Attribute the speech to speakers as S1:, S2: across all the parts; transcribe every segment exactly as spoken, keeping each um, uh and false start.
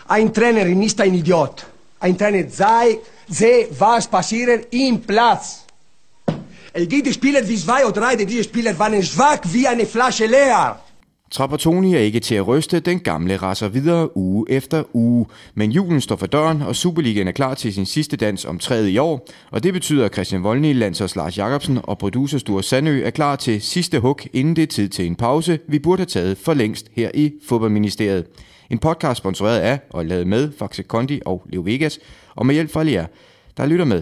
S1: Ein Trainer ist ein Idiot. Ein Trainer sei, sehe, was passiert im Platz. Die Spieler wie zwei oder drei, diese Spieler waren schwach wie eine Flasche leer.
S2: Trapattoni er ikke til at ryste, den gamle raser videre uge efter uge. Men julen står for døren, og Superligaen er klar til sin sidste dans om tredje i år. Og det betyder, at Christian Voldny, landsholds Lars Jacobsen og producer Sture Sandø er klar til sidste hug, inden det er tid til en pause, vi burde have taget for længst her i Fodboldministeriet. En podcast sponsoreret af og lavet med Faxe Kondi og Leo Vegas, og med hjælp fra jer, der lytter med.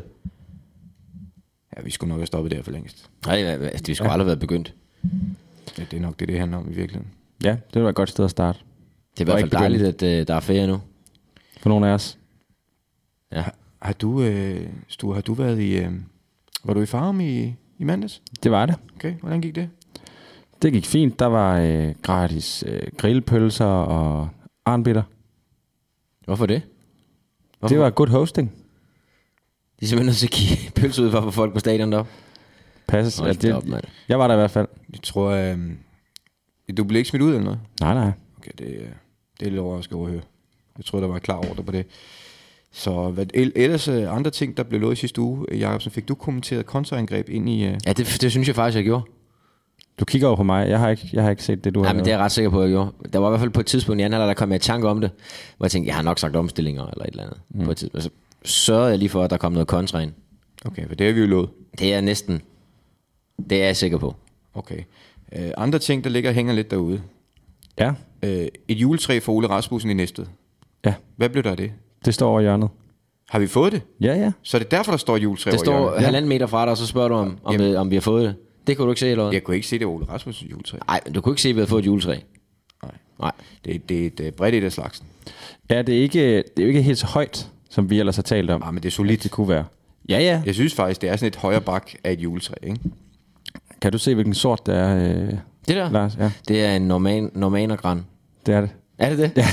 S2: Ja, vi skulle nok have stoppet der for længst.
S3: Nej, det skulle ja. aldrig være begyndt.
S2: Ja, det er nok det, det handler om i virkeligheden.
S3: Ja, det var et godt sted at starte. Det er i hvert fald dejligt, at uh, der er ferie nu.
S4: For nogle af os.
S2: Ja. Har, har du, øh, Sture, har du været i, øh, var du i Farum i, i mandags?
S4: Det var det.
S2: Okay, hvordan gik det?
S4: Det gik fint. Der var øh, gratis øh, grillpølser og arnbitter.
S3: Hvorfor det? Hvorfor?
S4: Det var good hosting.
S3: De er simpelthen nødt til at give pølser ud for folk på stadion deroppe.
S4: Passes. Ja, det, op, jeg var der i hvert fald.
S2: Jeg tror, øh, du blev ikke smidt ud eller noget?
S4: Nej, nej.
S2: Okay, det, det er lidt overrasket over at høre. Jeg tror, der var klar ordre på det. Så hvad, ellers andre ting, der blev lovet i sidste uge, Jacobsen, fik du kommenteret kontraangreb ind i... Uh...
S3: Ja, det, det synes jeg faktisk, jeg gjorde.
S4: Du kigger over på mig. Jeg har ikke, jeg har ikke set det, du
S3: Nej,
S4: har
S3: men det er jeg ret sikker på, at jeg gjorde. Der var i hvert fald på et tidspunkt i anden halvleg, der kom jeg i tanke om det, hvor jeg tænkte, jeg har nok sagt omstillinger eller et eller andet. Mm. På et tidspunkt. Så sørgede jeg lige for, at der kom noget kontra ind.
S2: Okay, for det har vi jo lovet.
S3: Det er næsten... Det er jeg sikker på.
S2: Okay. Uh, andre ting, der ligger og hænger lidt derude.
S4: Ja.
S2: Uh, et juletræ for Ole Rasmussen i Næstved.
S4: Ja.
S2: Hvad blev der af det?
S4: Det står over hjørnet.
S2: Har vi fået det?
S4: Ja, ja.
S2: Så er det derfor, der står juletræ
S3: over hjørnet? Det står
S2: ja.
S3: halvanden meter fra dig, og så spørger du, om, om, det, om vi har fået det. Det kunne du ikke se, eller hvad?
S2: Jeg kunne ikke se, det var Ole Rasmussens juletræ.
S3: Nej, men du kunne ikke se, at vi havde fået et juletræ.
S2: Nej.
S3: Nej.
S2: Det, det er et uh, bredt et af slagsen.
S4: Ja, det er, ikke, det er jo ikke helt så højt, som vi ellers har talt om.
S2: Nej, men det er solidt.
S4: Det kunne være. Ja, ja.
S2: Jeg synes faktisk, det er sådan et højre bak af et juletræ, ikke?
S4: Kan du se, hvilken sort det er, øh,
S3: det der?
S4: Lars? Ja.
S3: Det er en norman, normanergran.
S4: Det er det.
S3: Er det det? Ja.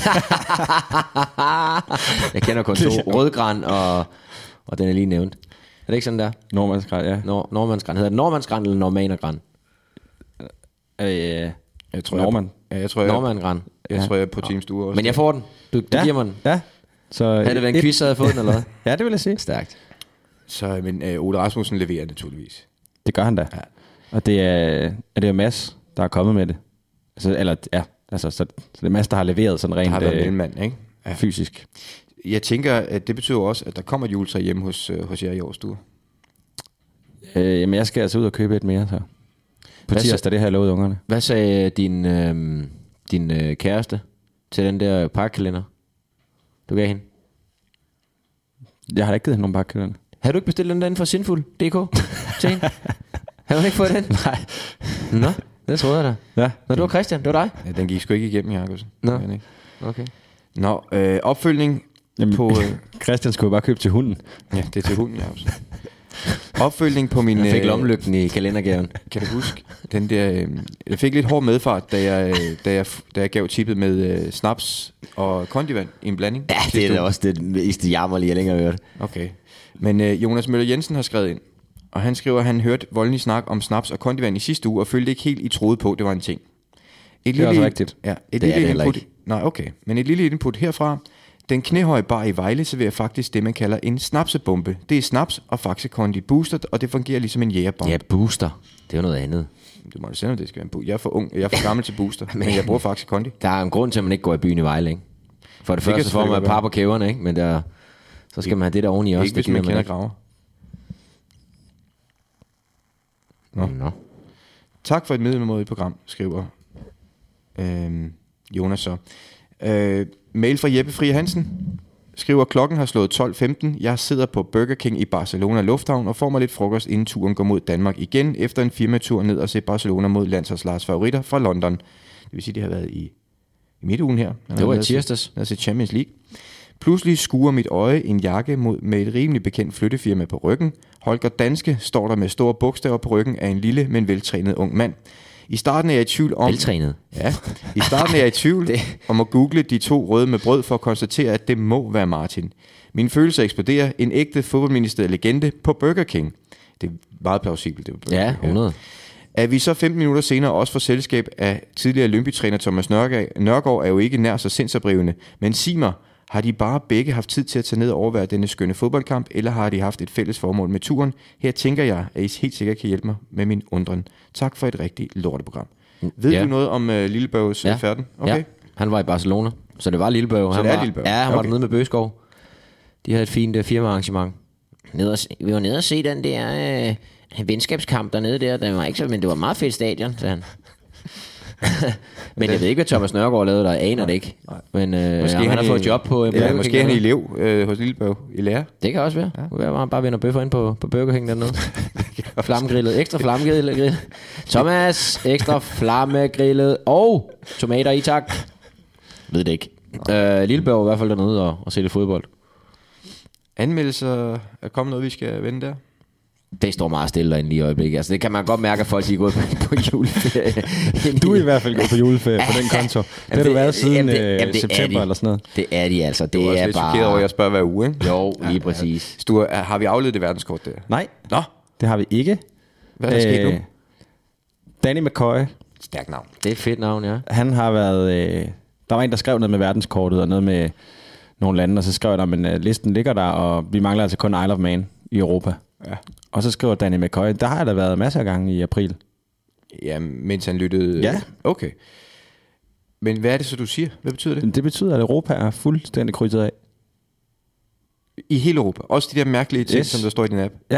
S3: Jeg kender kun to. Rødgran og, og den er lige nævnt. Er det ikke sådan der?
S4: Nordmandsgran, ja.
S3: Nord, Nordmandsgran. Hedder det Nordmandsgran eller Normanergran?
S4: Øh,
S2: jeg tror,
S3: Norman.
S2: Jeg, ja, jeg tror, jeg,
S3: Normandsgran.
S2: Jeg, jeg tror, jeg er på Team Sture også.
S3: Men jeg får den. Du, du
S4: ja.
S3: giver mig den.
S4: Ja. Så
S3: havde det været en quiz, så havde jeg fået den, eller hvad?
S4: Ja, det vil jeg sige.
S3: Stærkt.
S2: Så, men øh, Ole Rasmussen leverer naturligvis.
S4: Det gør han da. Ja. Og det er, er det jo Mads, der er kommet med det. Altså, eller, ja, altså, så, så det er Mads, der har leveret sådan rent
S2: der har været mellemmand, ikke?
S4: Ja. Fysisk.
S2: Jeg tænker, at det betyder også, at der kommer et juletræ hjemme hos, øh, hos jer i års Sture.
S4: Øh, jamen, jeg skal altså ud og købe et mere, så. På tirsdag, det her lovet ungerne.
S3: Hvad sagde din, øh, din øh, kæreste til den der pakkalender, du gav hende?
S4: Jeg har ikke givet hende nogen pakkalender.
S3: Har du ikke bestilt den der inden for Sinful punktum d k til hende? Har du ikke fået den?
S4: Nej.
S3: Nå, det troede jeg da.
S4: Ja.
S3: Nå, det var Christian, det var dig.
S2: Ja, den gik sgu ikke igennem, Jacobsen.
S3: Nå, okay.
S2: Nå, øh, opfølgning
S4: Jamen,
S2: på... Øh,
S4: Christian skulle bare købe til hunden.
S2: Ja, det er til hunden, Jacobsen. Opfølgning på min...
S3: Jeg fik lommelygten i kalendergaven.
S2: Kan du huske den der... Øh, jeg fik lidt hård medfart, da jeg, da jeg, da jeg gav tippet med øh, snaps og kondivand i en blanding.
S3: Ja, det er da også det mest jammerlige, jeg længere har hørt.
S2: Okay. Men øh, Jonas Møller Jensen har skrevet ind, og han skriver, at han hørte Voldny snak om snaps og kondivand i sidste uge, og følte ikke helt, I troede på, det var en ting. Et
S4: det er også rigtigt.
S2: Ja, et
S3: det
S2: lille
S3: er det
S2: input. Nej, okay. Men et lille input herfra. Den knæhøje bar i Vejle serverer faktisk det, man kalder en snapsebombe. Det er snaps og Faxe Kondi Booster, og det fungerer ligesom en jægerbombe.
S3: Ja, Booster. Det er jo noget andet.
S2: Du må da sende, det skal være en booster. Jeg er for ung, jeg er for gammel til Booster, men jeg bruger Faxe Kondi.
S3: Der er en grund til, at man ikke går i byen i Vejle, ikke? For det, det første får man par på kæverne, ikke? Men der, så skal man have det der oveni også.
S2: Ikke hvis man kender graver.
S3: Nå. Nå.
S2: Tak for et middelmådigt program, skriver øhm, Jonas så. Øh, mail fra Jeppe Frie Hansen skriver, klokken har slået tolv femten. Jeg sidder på Burger King i Barcelona Lufthavn og får mig lidt frokost, inden turen går mod Danmark igen, efter en firmatur ned og se Barcelona mod landsholdslars favoritter fra London. Det vil sige, det har været i, i midtugen her.
S3: Det var i tirsdags.
S2: Ned til Champions League. Pludselig skuer mit øje en jakke mod, med et rimelig bekendt flyttefirma på ryggen. Holger Danske står der med store bogstaver på ryggen af en lille, men veltrænet ung mand. I starten er jeg i tvivl om...
S3: Veltrænet?
S2: Ja. I starten er jeg i tvivl om at google de to røde med brød for at konstatere, at det må være Martin. Min følelse eksploderer. En ægte fodboldministeriet legende på Burger King. Det er meget plausibelt. Det
S3: ja, hundrede.
S2: At vi så femten minutter senere også får selskab af tidligere Lyngby-træner Thomas Nørgaard, Nørgaard er jo ikke nær så sindsoprivende. Men sig mig, Har de bare begge haft tid til at tage ned og overvære denne skønne fodboldkamp, eller har de haft et fælles formål med turen? Her tænker jeg, at I helt sikkert kan hjælpe mig med min undren. Tak for et rigtig lorteprogram. Ved ja. du noget om uh, Lillebørges
S3: ja.
S2: færden? Okay.
S3: Ja, han var i Barcelona, så det var Lillebørge.
S2: Så
S3: han
S2: det er
S3: var,
S2: Lillebørge?
S3: Ja, han
S2: okay.
S3: var nede med Bøgeskov. De havde et fint uh, firmaarrangement. Ned og, vi var nede og se den der uh, venskabskamp dernede der. Den var ikke så, men det var meget fedt stadion, sagde han. Men jeg ved ikke, hvad Thomas Nørgaard lavede der. Jeg aner det ikke. Men øh, måske han, han har fået job på uh,
S2: ja, måske han er elev øh, hos Lillebørge i lærer.
S3: Det kan også være. Ja. Det kan være, bare vender bøffer ind på, på Burger King dernede. Flammegrillet. Ekstra flammegrillet. Thomas, ekstra flammegrillet. Og tomater i, tak. Ved det ikke. Uh, Lillebørge i hvert fald dernede og, og se lidt fodbold.
S2: Anmeldelser, er kommet noget, vi skal vende der?
S3: Det står meget stille derinde lige i øjeblikket. Altså, det kan man godt mærke, at folk er gået på, på juleferie.
S4: Du er i hvert fald gået på juleferie på den konto. Det har du været siden jamen, det, jamen, det september eller sådan noget.
S3: Det er de altså. Det
S2: du er,
S3: er
S2: også lidt
S3: bare...
S2: chokeret over, at jeg spørger hver uge, ikke?
S3: Jo, lige ja, præcis.
S2: Sture, har vi afledt det verdenskort der?
S4: Nej,
S2: Nå,
S4: det har vi ikke.
S2: Hvad er der sket nu?
S4: Danny McCoy.
S2: Stærk navn.
S3: Det er et fedt navn, ja.
S4: Han har været... Øh, der var en, der skrev noget med verdenskortet og noget med nogle lande, og så skrev der, men uh, listen ligger der, og vi mangler altså kun Isle of Man i Europa. Ja. Og så skriver Danny McCoy, der har der været masser af gange i april.
S2: Ja, mens han lyttede...
S4: Ja.
S2: Okay. Men hvad er det så, du siger? Hvad betyder det?
S4: Det betyder, at Europa er fuldstændig krydset af.
S2: I hele Europa? Også de der mærkelige ting, yes. som der står i din app?
S4: Ja.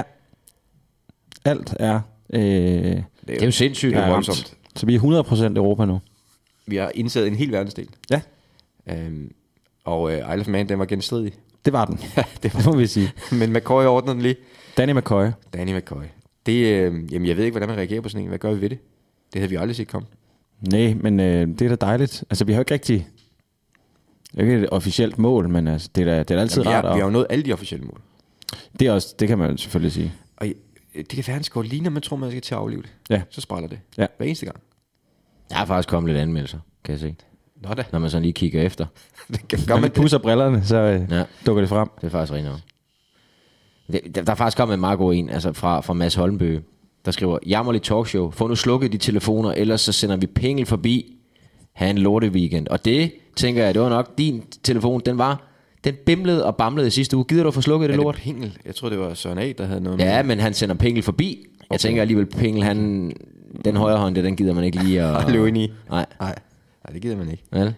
S4: Alt er... Øh, det, er
S3: det er jo sindssygt.
S4: Det er voldsomt. Så vi er hundrede procent Europa nu.
S2: Vi har indtaget en hel verdensdel.
S4: Ja.
S2: Øhm, og øh, Isle of Man, den var genstridig.
S4: Det var den.
S2: det
S4: var, må vi sige.
S2: Men McCoy ordnede den lige.
S4: Danny McCoy.
S2: Danny McCoy. Det, øh, jamen, jeg ved ikke, hvordan man reagerer på sådan en. Hvad gør vi ved det? Det havde vi aldrig set komme.
S4: Nej, men øh, det er da dejligt. Altså, vi har jo ikke rigtig... Det er ikke et officielt mål, men altså, det, er da, det er da altid
S2: jamen,
S4: rart.
S2: Vi har, vi har jo nået alle de officielle mål.
S4: Det er også, det kan man selvfølgelig sige.
S2: Og det kan verdenskort lige, når man tror, man skal til at aflive det.
S4: Ja.
S2: Så spræller det.
S4: Ja.
S2: Hver eneste gang.
S3: Der er faktisk kommet lidt anmeldelser, kan jeg se.
S2: Nå da.
S3: Når man sådan lige kigger efter.
S4: Når man pusser brillerne, så øh, ja. dukker det frem.
S3: Det er faktisk rigtig nok. Der, der er faktisk kommet en meget god en, altså fra, fra Mads Holmbøge, der skriver, jammerligt talkshow, få nu slukket de telefoner, ellers så sender vi penge forbi, have en lorte weekend. Og det, tænker jeg, det var nok din telefon, den var, den bimlede og bamlede sidste uge. Gider du få slukket det lort?
S2: Er det Pingel? Jeg tror det var Søren A, der havde noget
S3: Ja,
S2: med.
S3: men han sender Pingel forbi. Okay. Jeg tænker alligevel, Pingel, han, den højre hånd, den gider man ikke lige at...
S2: løbe ind i.
S3: Nej.
S2: Nej, det gider man ikke.
S3: Vel?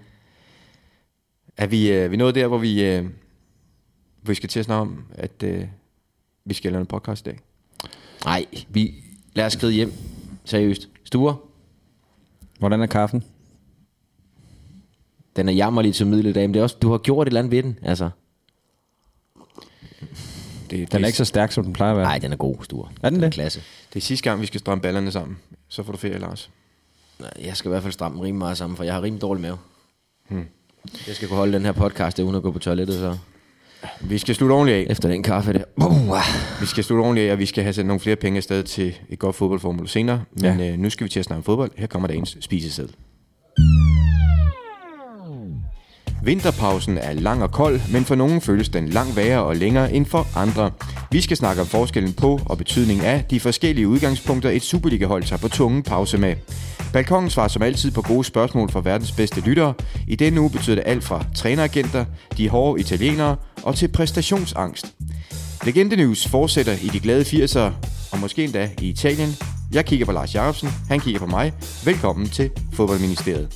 S2: Er vi, øh, vi nået der, hvor vi, øh, hvor vi skal til at snakke om, at øh, vi skal lave en podcast i dag?
S3: Nej, vi lad os skride hjem. Seriøst. Sture?
S4: Hvordan er kaffen?
S3: Den er jammerlig til middeldag, men det er også, du har gjort et eller andet ved den, altså.
S2: Det,
S4: den er ikke så stærk, som den plejer at være.
S3: Nej, den er god, Sture.
S4: Er den,
S3: den
S4: det?
S3: Er klasse.
S2: Det er sidste gang, vi skal stramme ballerne sammen. Så får du ferie, Lars.
S3: Jeg skal i hvert fald stramme dem rimelig meget sammen, for jeg har rimelig dårlig mave.
S2: Hmm.
S3: Jeg skal kunne holde den her podcast, uden at gå på toilettet, så...
S2: Vi skal slutte ordentligt af.
S3: Efter den kaffe der. Uh,
S2: vi skal slutte ordentligt af, og vi skal have sendt nogle flere penge afsted til et godt fodboldformål senere. Men ja. øh, nu skal vi til at snakke om fodbold. Her kommer dagens spiseseddel. Vinterpausen er lang og kold, men for nogen føles den langt værre og længere end for andre. Vi skal snakke om forskellen på og betydningen af de forskellige udgangspunkter, et Superliga-hold tager på tvungen pause med. Balkongen svarer som altid på gode spørgsmål fra verdens bedste lyttere. I denne uge betyder det alt fra træneragenter, de hårde italienere og til præstationsangst. Legendenews fortsætter i de glade firsere, og måske endda i Italien. Jeg kigger på Lars Jacobsen, han kigger på mig. Velkommen til Fodboldministeriet.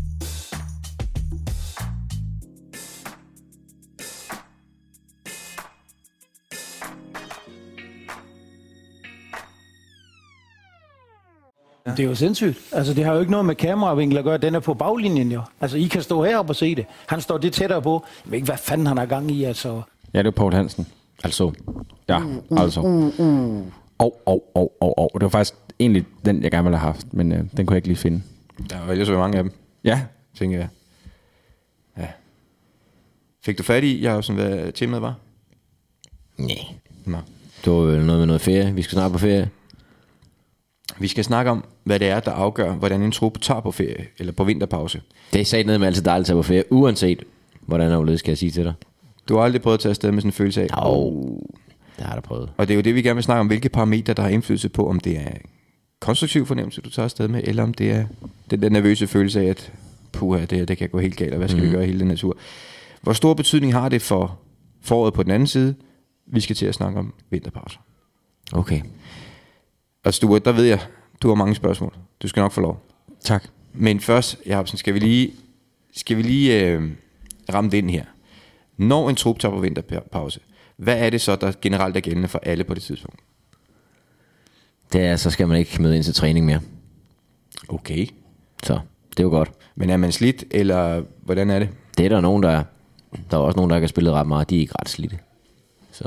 S5: Det er jo sindssygt. Altså, det har jo ikke noget med kameravinkel at gøre. Den er på baglinjen jo. Altså, I kan stå heroppe og se det. Han står det tættere på. Jeg ved ikke, hvad fanden han har gang i, altså.
S4: Ja, det er Poul Hansen.
S3: Altså.
S4: Ja, altså. Uh, uh. Og, og, og, og, og. Det var faktisk egentlig den, jeg gerne ville have haft, men øh, den kunne jeg ikke lige finde.
S2: Der var ellers mange af dem.
S4: Ja.
S2: Tænker jeg. Ja. Fik du fat i, jeg har sådan, hvad temaet var?
S3: Nej.
S2: Nå.
S3: Det var noget med noget ferie. Vi skal snart på ferie.
S2: Vi skal snakke om, hvad det er, der afgør, hvordan en trup tager på ferie, eller på vinterpause.
S3: Det er sagt ned med altid dejligt at tage på ferie, uanset hvordan og hvorledes skal jeg sige til dig.
S2: Du har aldrig prøvet at tage afsted med sådan en følelse af?
S3: Jo, det har jeg da prøvet.
S2: Og det er jo det, vi gerne vil snakke om, hvilke parametre, der har indflydelse på, om det er konstruktiv fornemmelse, du tager afsted med, eller om det er den der nervøse følelse af, at puha, det, det kan gå helt galt, og hvad skal mm. vi gøre i hele den natur? Hvor stor betydning har det for foråret på den anden side? Vi skal til at snakke om vinterpauser.
S3: Okay.
S2: Og Stuart, der ved jeg, du har mange spørgsmål. Du skal nok få lov.
S4: Tak.
S2: Men først, Jacobsen, skal vi lige, skal vi lige øh, ramme det ind her. Når en trup tager på vinterpause, hvad er det så, der generelt er gældende for alle på det tidspunkt?
S3: Det er, så skal man ikke møde ind til træning mere.
S2: Okay.
S3: Så det er jo godt.
S2: Men er man slidt, eller hvordan er det?
S3: Det er der nogen, der er. Der er også nogen, der ikke har spillet ret meget. De er ikke ret slidte. Så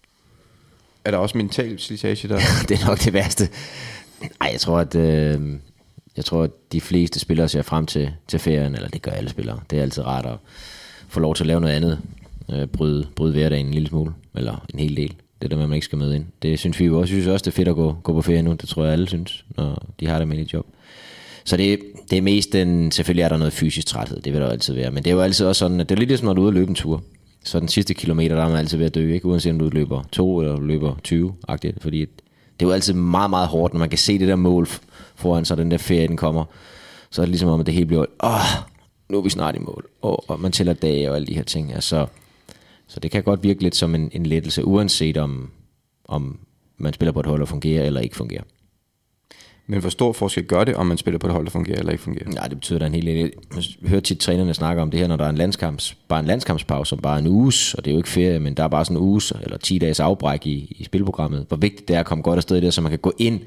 S2: Er der også mental slitage der?
S3: det er nok det værste. Ej, jeg tror, at øh, jeg tror, at de fleste spillere ser frem til, til ferien, eller det gør alle spillere. Det er altid rart at få lov til at lave noget andet. Øh, bryde, bryde hverdagen en lille smule, eller en hel del. Det er der med, at man ikke skal møde ind. Det synes vi jo også. Jeg synes også, det er fedt at gå, gå på ferie nu. Det tror jeg, alle synes, når de har det med i job. Så det, det er mest den, selvfølgelig er der noget fysisk træthed, det vil der jo altid være. Men det er jo altid også sådan, at det er lidt ligesom, når du er ude og løbe en tur. Så den sidste kilometer, der er man altid ved at dø, ikke? Uanset om du løber to eller du løber tyve-agtigt. Fordi det er jo altid meget, meget hårdt, når man kan se det der mål foran sig, den der ferie, den kommer. Så er det ligesom om, at det hele bliver, åh, nu er vi snart i mål. Åh, og man tæller dage og alle de her ting. Altså, så det kan godt virke lidt som en, en lettelse, uanset om, om man spiller på et hold, der fungerer eller ikke fungerer.
S2: Men hvor stor forskel gør det, om man spiller på et hold, der fungerer eller ikke fungerer?
S3: Ja, det betyder da en hel del. Jeg hører tit trænerne snakke om det her, når der er en landskamps, bare en landskampspause, som bare er en uges, og det er jo ikke ferie, men der er bare sådan en uges eller ti dages afbræk i, i spilprogrammet. Hvor vigtigt det er at komme godt afsted der, så man kan gå ind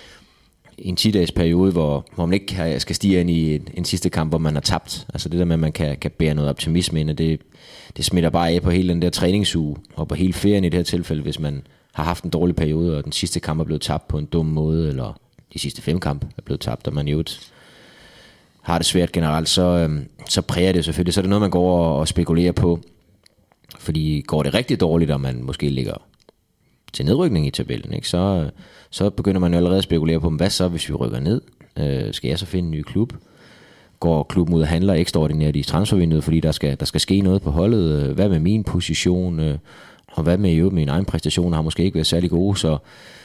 S3: i en ti dages periode, hvor, hvor man ikke kan, skal stige ind i en, en sidste kamp, hvor man har tabt. Altså det der med, at man kan, kan bære noget optimisme ind, det, det smitter bare af på hele den der træningsuge, og på hele ferien i det her tilfælde, hvis man har haft en dårlig periode, og den sidste kamp er blevet tabt på en dum måde, eller de sidste fem kampe er blevet tabt, og man jo har det svært generelt, så, øhm, så præger det selvfølgelig. Så er det noget, man går og spekulerer på. Fordi går det rigtig dårligt, og man måske ligger til nedrykning i tabellen, ikke? Så, så begynder man jo allerede at spekulere på, hvad så, hvis vi rykker ned? Øh, skal jeg så finde en ny klub? Går klubben ud og handler ekstraordinært i transfervinduet, fordi der skal, der skal ske noget på holdet? Hvad med min position? Og hvad med jo, min egen præstation har måske ikke været særlig gode, så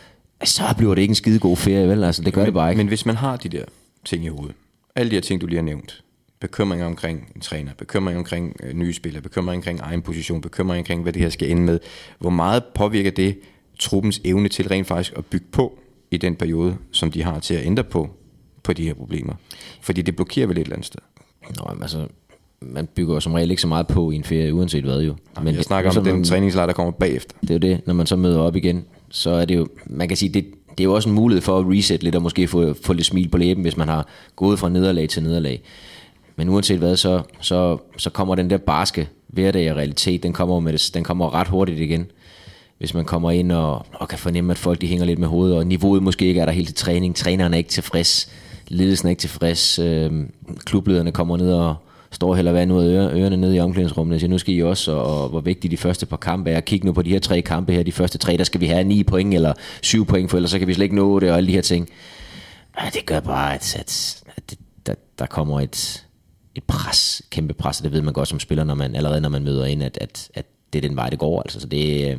S3: så bliver det ikke en skide god ferie, vel? Altså, det gør
S2: men,
S3: det bare ikke.
S2: Men hvis man har de der ting i hovedet, alle de her ting, du lige har nævnt, bekymringer omkring en træner, bekymringer omkring øh, nye spillere, bekymringer omkring egen position, bekymringer omkring, hvad det her skal ende med, hvor meget påvirker det truppens evne til rent faktisk at bygge på i den periode, som de har til at ændre på, på de her problemer? Fordi det blokerer vel et eller andet sted.
S3: Nå, altså, man bygger jo som regel ikke så meget på i en ferie, uanset hvad jo.
S2: Men jeg det, snakker om den man, træningslejr, der kommer bagefter.
S3: Det er jo det, når man så møder op igen, så er det jo, man kan sige, det, det er jo også en mulighed for at reset lidt, og måske få, få lidt smil på læben, hvis man har gået fra nederlag til nederlag. Men uanset hvad, så, så, så kommer den der barske hverdag og realitet, den kommer, med det, den kommer ret hurtigt igen. Hvis man kommer ind og, og kan fornemme, at folk de hænger lidt med hovedet, og niveauet måske ikke er der helt til træning, træneren er ikke tilfreds, ledelsen er ikke tilfreds, øh, klublederne kommer ned og står heller vand ud af øre, ørerne nede i omklædningsrummet, så nu skal I også, og, og hvor vigtigt de første par kampe er. Kig nu på de her tre kampe her, de første tre, der skal vi have ni point eller syv point, for ellers så kan vi slet ikke nå det, og alle de her ting. Ja, det gør bare, at, at, at det, der, der kommer et, et pres, kæmpe pres, og det ved man godt som spiller, når man, allerede når man møder ind, at, at, at det er den vej, det går. Altså. Så det,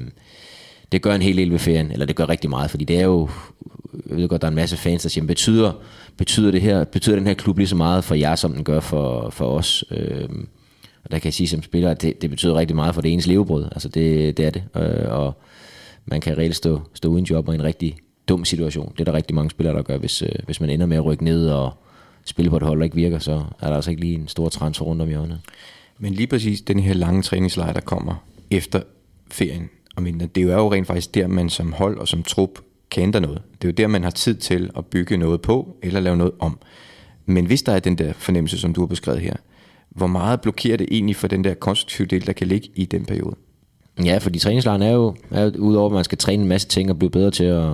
S3: det gør en hel del ved ferien, eller det gør rigtig meget, fordi det er jo, jeg ved godt, der er en masse fans, der siger, betyder, betyder, det her, betyder den her klub lige så meget for jer, som den gør for, for os? Øhm, og der kan jeg sige som spiller, at det, det betyder rigtig meget for det ens levebrød. Altså det, det er det. Øh, og man kan reelt stå, stå uden job og i en rigtig dum situation. Det er der rigtig mange spillere, der gør, hvis, øh, hvis man ender med at rykke ned og spille på et hold, der ikke virker, så er der altså ikke lige en stor transfer rundt om hjørnet.
S2: Men lige præcis den her lange træningslejr, der kommer efter ferien, og mindre, det er jo rent faktisk der, man som hold og som trup kan ændre noget. Det er jo der, man har tid til at bygge noget på, eller lave noget om. Men hvis der er den der fornemmelse, som du har beskrevet her, hvor meget blokerer det egentlig for den der konstruktive del, der kan ligge i den periode?
S3: Ja, fordi træningslejren er jo, er jo udover at man skal træne en masse ting og blive bedre til at,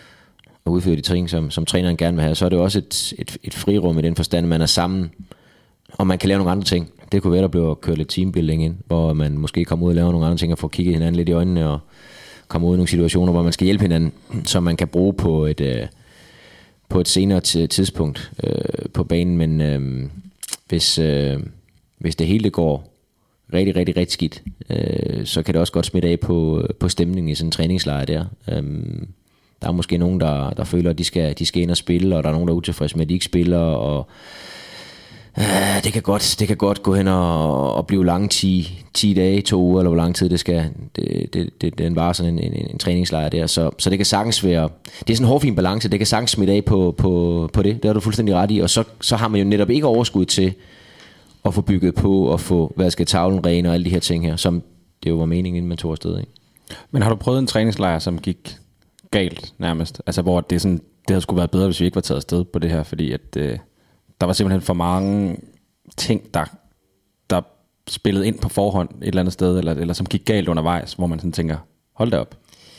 S3: at udføre de ting, som, som træneren gerne vil have, så er det jo også et, et, et frirum i den forstand, man er sammen, og man kan lave nogle andre ting. Det kunne være, der bliver kørt lidt teambuilding ind, hvor man måske kommer ud og laver nogle andre ting og får kigget hinanden lidt i øjnene og kommer ud i nogle situationer, hvor man skal hjælpe hinanden, som man kan bruge på et, øh, på et senere t- tidspunkt øh, på banen. Men øh, hvis, øh, hvis det hele går rigtig, rigtig, rigtig skidt, øh, så kan det også godt smitte af på, på stemningen i sådan en træningslejr der. Øh, der er måske nogen, der, der føler, at de skal, de skal ind og spille, og der er nogen, der er utilfredse med, at de ikke spiller, og Uh, det kan godt, det kan godt gå hen og, og blive lange ti, ti dage, to uger, eller hvor lang tid det skal. Det, det, det, den var sådan en, en, en træningslejr der, så, så det kan sagtens være. Det er sådan en hårfin balance. Det kan sagtens smitte af på, på, på det. Det har du fuldstændig ret i. Og så, så har man jo netop ikke overskud til at få bygget på og få vasket tavlen ren og alle de her ting her, som det jo var meningen, inden man tog afsted, ikke?
S4: Men har du prøvet en træningslejr, som gik galt nærmest? Altså hvor det er sådan, det havde skulle været bedre, hvis vi ikke var taget afsted på det her, fordi at øh, der var simpelthen for mange ting, der, der spillede ind på forhånd et eller andet sted, eller, eller som gik galt undervejs, hvor man sådan tænker, hold da op.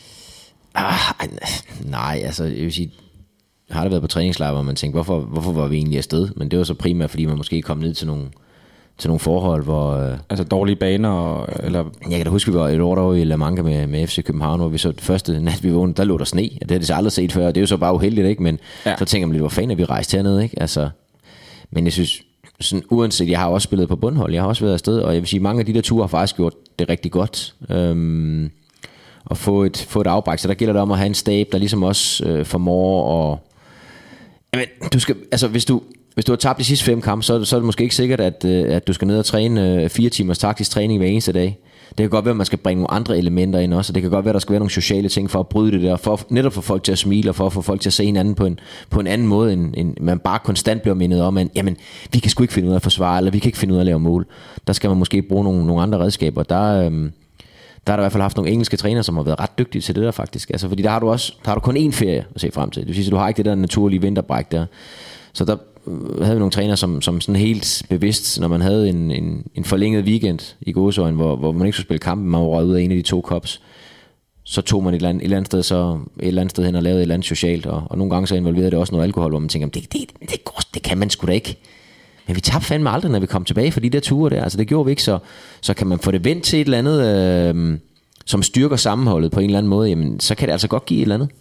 S3: Ah, nej, altså jeg vil sige, jeg har da været på træningslejr, hvor man tænker, hvorfor, hvorfor var vi egentlig afsted? Men det var så primært, fordi man måske kom ned til nogle, til nogle forhold, hvor... Øh,
S4: altså dårlige baner, og, eller...
S3: Jeg kan da huske, vi var et år derovre i La Manga med, med F C København, hvor vi så det første nat, vi vågnede, der lå der sne. Det havde jeg aldrig set før, det er jo så bare uheldigt, ikke? Men ja. Så tænker man lidt, hvor fanden er vi rejst hernede, ikke? Altså, men jeg synes, sådan, uanset, jeg har også spillet på bundhold, jeg har også været afsted, og jeg vil sige, mange af de der ture har faktisk gjort det rigtig godt. Øhm, at få et, få et afbræk, så der gælder det om at have en stab, der ligesom også øh, formår at... Jamen, du skal, altså hvis du... Hvis du har tabt de sidste fem kampe, så, så er det måske ikke sikkert, at, at du skal ned og træne fire timers taktisk træning hver eneste dag. Det kan godt være, at man skal bringe nogle andre elementer ind også, og det kan godt være, at der skal være nogle sociale ting for at bryde det der, for netop for folk til at smile, og for at få folk til at se hinanden på en, på en anden måde, end, end man bare konstant bliver mindet om, at jamen, vi kan sgu ikke finde ud af at forsvare, eller vi kan ikke finde ud af at lave mål. Der skal man måske bruge nogle, nogle andre redskaber. Der, øhm, der har der i hvert fald haft nogle engelske trænere, som har været ret dygtige til det der faktisk. Altså, fordi der har du også der har du kun én ferie at se frem til. Det vil sige, at du har ikke det der naturlige vinterbræk der. Så der havde vi nogle trænere, som, som sådan helt bevidst, når man havde en, en, en forlænget weekend i gåseøjne, hvor, hvor man ikke skulle spille kampen, man var røget ud af en af de to cups, så tog man et eller andet, et eller andet sted så et eller andet sted hen og lavede et eller andet socialt, og, og nogle gange så involverede det også noget alkohol, hvor man tænker, det, det, det, går, det kan man sgu da ikke. Men vi tabte fandme aldrig, når vi kom tilbage for de der ture der, altså det gjorde vi ikke, så, så kan man få det vendt til et eller andet, øh, som styrker sammenholdet på en eller anden måde, jamen så kan det altså godt give et eller andet.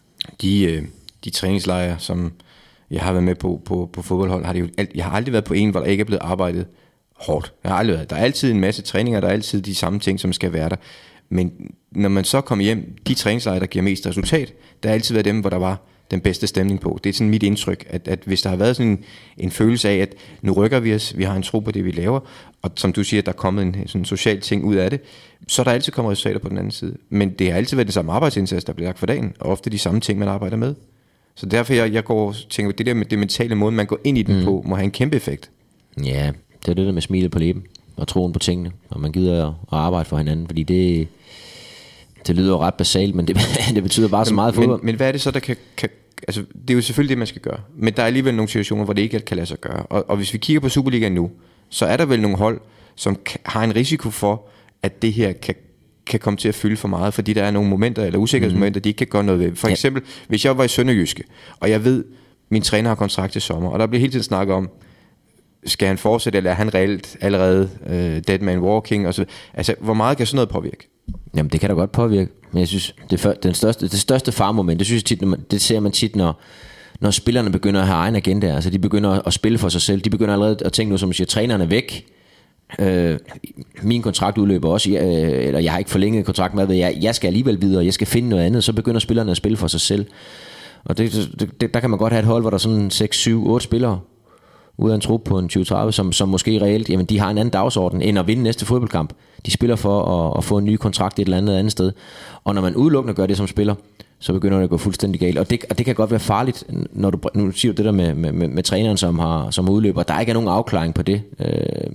S2: De, øh, de træningslejre, som jeg har været med på, på, på fodboldhold, har det jo, jeg har aldrig været på en, hvor der ikke er blevet arbejdet hårdt. Jeg har aldrig været. Der er altid en masse træninger, der er altid de samme ting, som skal være der. Men når man så kommer hjem, de træningslejre, der giver mest resultat, der har altid været dem, hvor der var den bedste stemning på. Det er sådan mit indtryk, at, at hvis der har været sådan en, en følelse af, at nu rykker vi os, vi har en tro på det, vi laver, og som du siger, der er kommet en sådan social ting ud af det, så er der altid kommet resultater på den anden side. Men det har altid været den samme arbejdsindsats, der bliver lagt for dagen, og ofte de samme ting, man arbejder med. Så derfor jeg, jeg går og tænker, det der med det mentale måde, man går ind i den mm. på, må have en kæmpe effekt.
S3: Ja, det er det der med smilet på læben, og troen på tingene, og man gider at arbejde for hinanden, fordi det... Det lyder jo ret basalt, men det, det betyder bare så meget fodbold.
S2: Men, men hvad er det så, der kan, kan... Altså, det er jo selvfølgelig det, man skal gøre. Men der er alligevel nogle situationer, hvor det ikke kan lade sig gøre. Og, og hvis vi kigger på Superligaen nu, så er der vel nogle hold, som har en risiko for, at det her kan, kan komme til at fylde for meget, fordi der er nogle momenter, eller usikkerhedsmomenter, mm. de ikke kan gøre noget ved. For eksempel, ja. Hvis jeg var i Sønderjyske, og jeg ved, min træner har kontrakt til sommer, og der bliver hele tiden snakket om, skal han fortsætte, eller er han reelt allerede uh, dead man walking? Og så, altså, hvor meget kan sådan noget påvirke?
S3: Jamen, det kan da godt påvirke. Men jeg synes, det, for, den største, det største faremoment, det synes jeg tit, når man, det ser man tit, når, når spillerne begynder at have egen agenda. Altså, de begynder at spille for sig selv. De begynder allerede at tænke nu, som man siger, træneren er væk. Øh, min kontrakt udløber også, øh, eller jeg har ikke forlænget kontrakt med, jeg, jeg skal alligevel videre, jeg skal finde noget andet. Så begynder spillerne at spille for sig selv. Og det, det, der kan man godt have et hold, hvor der er sådan seks, syv, otte spillere ud af en trup på en tyve tredive, som, som måske reelt, jamen de har en anden dagsorden, end at vinde næste fodboldkamp. De spiller for at, at få en ny kontrakt et eller andet andet sted. Og når man udelukkende gør det som spiller, så begynder det at gå fuldstændig galt. Og det, og det kan godt være farligt, når du, nu siger du det der med, med, med, med træneren, som har som udløber. Der ikke er nogen afklaring på det. Øh,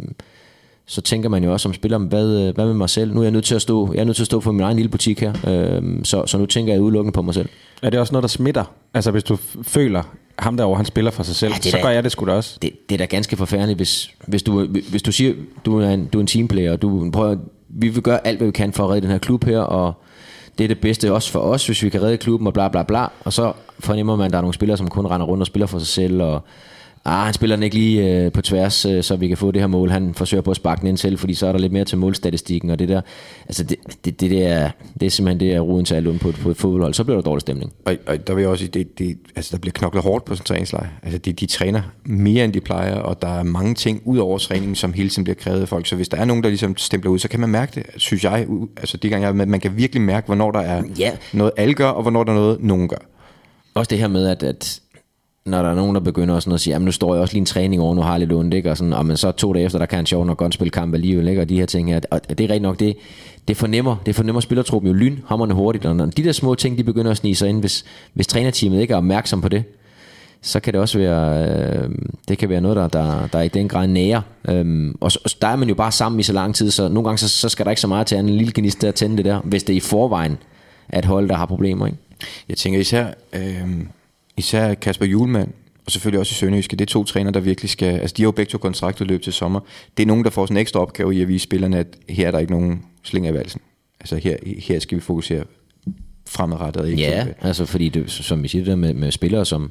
S3: så tænker man jo også som spiller, hvad, hvad med mig selv? Nu er jeg nødt til at stå, jeg er nødt til at stå for min egen lille butik her. Øh, så, så nu tænker jeg udelukkende på mig selv.
S4: Er det også noget, der smitter? Altså hvis du føler, ham derovre, han spiller for sig selv, ja, så gør jeg det sgu da også.
S3: Det, det er da ganske forfærdeligt, hvis, hvis, du, hvis du siger, du er en, du er en teamplayer, og du prøver, vi vil gøre alt, hvad vi kan for at redde den her klub her, og det er det bedste også for os, hvis vi kan redde klubben, og bla bla bla, og så fornemmer man, at der er nogle spillere, som kun render rundt og spiller for sig selv, og ah, han spiller den ikke lige øh, på tværs, øh, så vi kan få det her mål. Han forsøger på at sparke den ind selv, fordi så er der lidt mere til målstatistikken og det der. Altså det, det, det, det, er, det er simpelthen det, er roden til alt på, på et fodboldhold. Så bliver der dårlig stemning.
S2: Og, og der vil jeg også sige, det, det, altså der bliver knoklet hårdt på sådan en træningslejr. Altså de, de træner mere, end de plejer, og der er mange ting ud over træningen, som hele tiden bliver krævet af folk. Så hvis der er nogen, der ligesom stempler ud, så kan man mærke det, synes jeg. Altså de gange, jeg med, man kan virkelig mærke, hvornår der er
S3: ja.
S2: noget alle gør, og hvornår der er noget, nogen gør.
S3: Også det her med, at, at når der er nogen, der begynder sådan at sige, jamen nu står jeg også lige en træning over, nu har jeg lidt ondt, ikke? Og, sådan, og men så to dage efter, der kan han sjovt nok godt spille kamp alligevel, ikke? Og de her ting her, og det er rigtig nok, det, det fornemmer, det fornemmer spillertruppen jo lynhamrende hurtigt, og når de der små ting, de begynder at snige sig ind, hvis, hvis trænerteamet ikke er opmærksom på det, så kan det også være, øh, det kan være noget, der, der, der i den grad nærer. Øhm, og, og der er man jo bare sammen i så lang tid, så nogle gange så, så skal der ikke så meget til en lille gnist til at tænde det der, hvis det er i forvejen at hold, der har problemer, ikke?
S2: Jeg tænker især, øh, især Kasper Hjulmand, og selvfølgelig også i Sønderjyske, det er to træner, der virkelig skal, altså de har jo begge to kontraktudløb til sommer. Det er nogen, der får sådan en ekstra opgave i at vise spillerne, at her er der ikke nogen slinger i valsen. Altså her, her skal vi fokusere fremadrettet. Ikke?
S3: Ja, altså fordi, det, som vi siger det der med, med spillere, som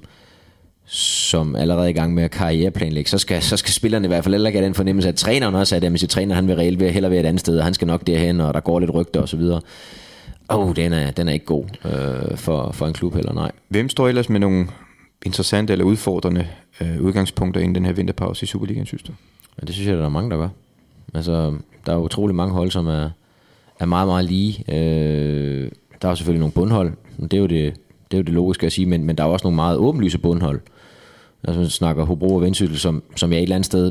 S3: som allerede er i gang med at karriereplanlægge, så skal, så skal spillerne i hvert fald heller ikke have den fornemmelse, at træneren også er der, men sin træner, han vil reelt være hellere ved et andet sted, og han skal nok derhen, og der går lidt rygter og så videre. Åh, oh, den er, den er ikke god øh, for, for en klub heller, nej.
S2: Hvem står ellers med nogle interessante eller udfordrende øh, udgangspunkter inden den her vinterpause i Superligaen, synes du?
S3: Ja, det synes jeg, der er mange, der gør. Altså, der er utrolig mange hold, som er, er meget, meget lige. Øh, der er selvfølgelig nogle bundhold, det er jo det, det, er jo det logiske at sige, men, men der er også nogle meget åbenlyse bundhold. Altså, man snakker Hobro og Vendsyssel, som, som jeg et eller andet sted...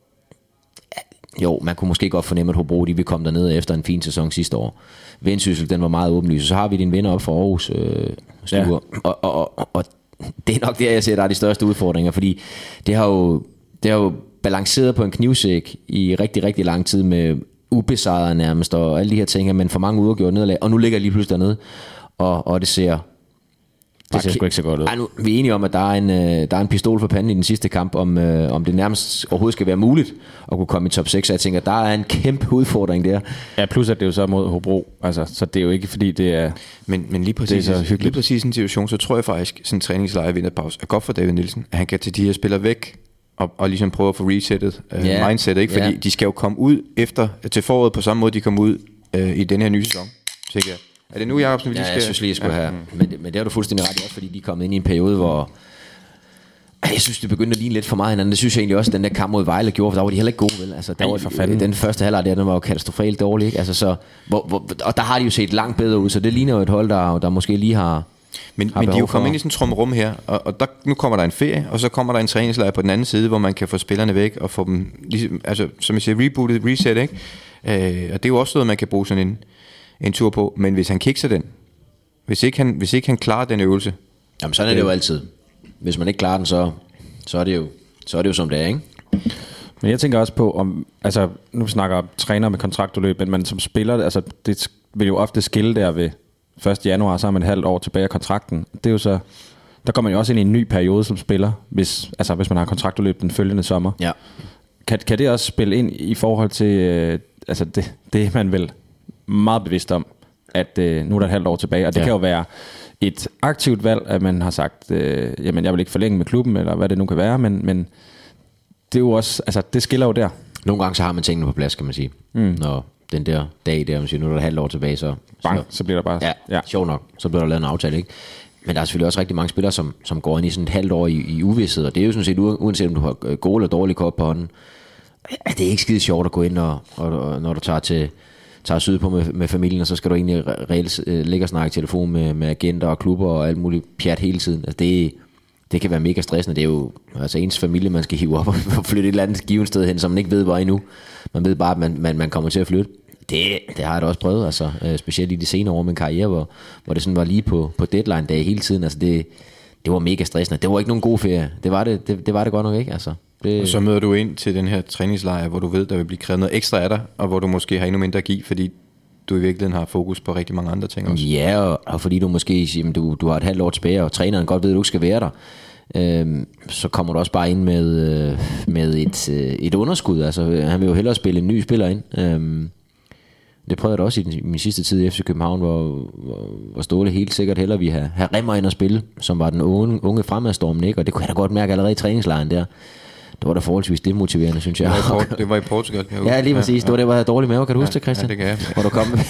S3: Jo, man kunne måske godt fornemme, at Hobro de vil komme derned efter en fin sæson sidste år. Vendsyssel, den var meget åbenlyst. Så har vi din vinder op for Aarhus øh, Stuer. Ja. Og, og, og, og det er nok der, jeg ser, der er de største udfordringer, fordi det har jo, det har jo balanceret på en knivsæk i rigtig, rigtig lang tid med ubesejret nærmest, og alle de her ting, men for mange uafgjort nederlag, og nu ligger jeg lige pludselig dernede, og, og det ser...
S4: Det ser sgu ikke så godt ud.
S3: Ej, nu, vi er enige om, at der er en, øh, der er en pistol for panden i den sidste kamp, om, øh, om det nærmest overhovedet skal være muligt at kunne komme i top seks. Jeg tænker, der er en kæmpe udfordring der.
S4: Ja, plus at det er jo så mod Hobro. Altså, så det er jo ikke fordi, det er...
S2: Men, men lige præcis,
S4: det er så
S2: lige præcis en situation, så tror jeg faktisk, sådan en træningslejr i vinterpause er godt for David Nielsen, at han kan tage de her spillere væk, og, og ligesom prøve at få resettet uh, yeah. mindset, ikke? Fordi yeah. de skal jo komme ud efter, til foråret på samme måde, de kommer ud uh, i den her nye sæson, tænker jeg. Er det nu, Jacobsen, vi lige
S3: ja,
S2: skal...
S3: jeg synes lige, jeg skulle
S2: ja.
S3: have... Men, men det er du fuldstændig ret i også, fordi de er kommet ind i en periode, hvor... Jeg synes, det begyndte at ligne lidt for meget hinanden. Det synes jeg egentlig også, at den der kamp mod Vejle gjorde, for der var de heller ikke gode, vel? Altså, der
S4: Ej,
S3: var,
S4: for fanden.
S3: Den første halvleg der, den var jo katastrofalt dårlig, ikke? Altså, så, hvor, hvor, og der har de jo set langt bedre ud, så det ligner jo et hold, der, der måske lige har...
S2: Men, men de er jo kommet ind i sådan en trummerum her, og, og der, nu kommer der en ferie, og så kommer der en træningslejr på den anden side, hvor man kan få spillerne væk, og få dem, ligesom, altså, som jeg siger, rebootet, reset, ikke? Øh, og det er jo også noget, man kan bruge sådan en, en tur på, men hvis han kikser den, Hvis ikke, han, hvis ikke han klarer den øvelse.
S3: Jamen sådan er det jo altid. Hvis man ikke klarer den, så, så, er, det jo, så er det jo som det er, ikke?
S4: Men jeg tænker også på, om, altså nu snakker træner med kontraktudløb, men man som spiller, altså det vil jo ofte skille der ved første januar, så har man et halvt år tilbage af kontrakten. Det er jo så, der kommer man jo også ind i en ny periode som spiller, hvis, altså hvis man har kontraktudløb den følgende sommer.
S3: Ja.
S4: Kan, kan det også spille ind i forhold til, øh, altså det, det er man vel meget bevidst om, at øh, nu er der et halvt år tilbage, og det ja. kan jo være et aktivt valg, at man har sagt, øh, jamen jeg vil ikke forlænge med klubben, eller hvad det nu kan være, men, men det er jo også, altså det skiller jo der.
S3: Nogle gange så har man tingene på plads, kan man sige. Mm. Når den der dag der, man siger, nu er der et halvt år tilbage, så...
S4: Bang,
S3: så,
S4: så bliver der bare...
S3: Ja, ja, sjovt nok, så bliver der lavet en aftale, ikke? Men der er selvfølgelig også rigtig mange spillere, som, som går ind i sådan et halvt år i, i uvished, og det er jo sådan set, uanset om du har gode eller dårlige kort på hånden, det er ikke skide sjovt at gå ind, og, og, og når du tager til... tager syd på med, med familien, og så skal du egentlig reelt øh, ligge og snakke i telefon med, med agenter og klubber og alt muligt pjat hele tiden. Altså det, det kan være mega stressende. Det er jo altså ens familie, man skal hive op og flytte et eller andet givet sted hen, som man ikke ved, hvor er endnu. Man ved bare, at man, man, man kommer til at flytte. Det, det har jeg da også prøvet, altså, øh, specielt i de senere år af min karriere, hvor, hvor det sådan var lige på, på deadline-dag hele tiden. Altså det, det var mega stressende. Det var ikke nogen god ferie. Det var det, det, det, var det godt nok ikke, altså. Det...
S2: Og så møder du ind til den her træningslejr, hvor du ved, der vil blive krævet noget ekstra af dig, og hvor du måske har endnu mindre at give, fordi du i virkeligheden har fokus på rigtig mange andre ting også.
S3: Ja, og, og fordi du måske siger, du, du har et halvt år tilbage, og træneren godt ved, at du ikke skal være der, øhm, så kommer du også bare ind med, øh, med et, øh, et underskud. Altså, han vil jo hellere spille en ny spiller ind. Øhm, det prøvede jeg da også i, den, i min sidste tid i F C København, hvor, hvor, hvor Ståle helt sikkert hellere ville have, have Remmer ind at spille, som var den unge, unge fremadstormen, ikke? Og det kunne jeg da godt mærke allerede i træningslejren der. Det var da forholdsvis demotiverende, synes jeg.
S2: Det var i, Port- det var i Portugal.
S3: Ja, lige præcis. Det var det, hvor jeg havde dårlig mave. Kan du huske det, Christian?
S2: Ja, det kan jeg.
S3: Hvor du kom med.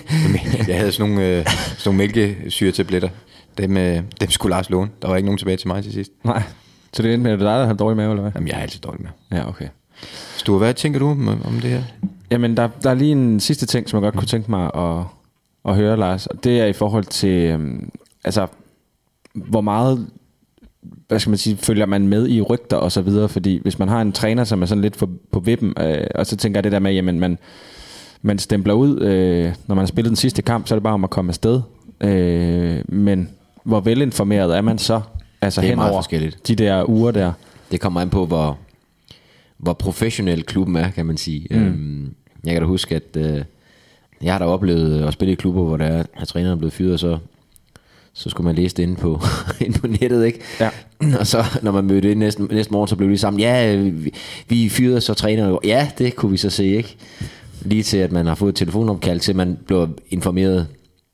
S2: Jeg havde sådan nogle, øh, sådan nogle mælkesyretabletter. Dem, øh, dem skulle Lars låne. Der var ikke nogen tilbage til mig til sidst.
S4: Nej. Så det endte med, at det er dig, der har dårlig mave, eller hvad?
S2: Jamen, jeg har altid dårlig mave.
S4: Ja, okay.
S2: Sture, hvad tænker du om, om det her?
S4: Jamen, der, der er lige en sidste ting, som jeg godt kunne tænke mig at, at høre, Lars. Og det er i forhold til, øhm, altså, hvor meget hvad skal man sige, følger man med i rygter og så videre, fordi hvis man har en træner, som er sådan lidt for, på vippen, øh, og så tænker jeg det der med, jamen man, man stempler ud, øh, når man har spillet den sidste kamp, så er det bare om at komme afsted. Øh, men hvor velinformeret er man så, altså
S3: Det er meget
S4: henover
S3: forskelligt.
S4: de der uger der?
S3: Det kommer an på, hvor, hvor professionel klubben er, kan man sige. Mm. Øhm, jeg kan da huske, at øh, jeg har da oplevet at spille i klubber, hvor der er, at træneren er blevet fyret, så, så skulle man læse det inde på, inde på nettet, ikke?
S4: Ja.
S3: Og så, når man mødte ind næste, næste morgen, så blev vi sammen, ja, vi, vi fyrede så træneren. Ja, det kunne vi så se, ikke? Lige til, at man har fået et telefonopkald til, man blev informeret,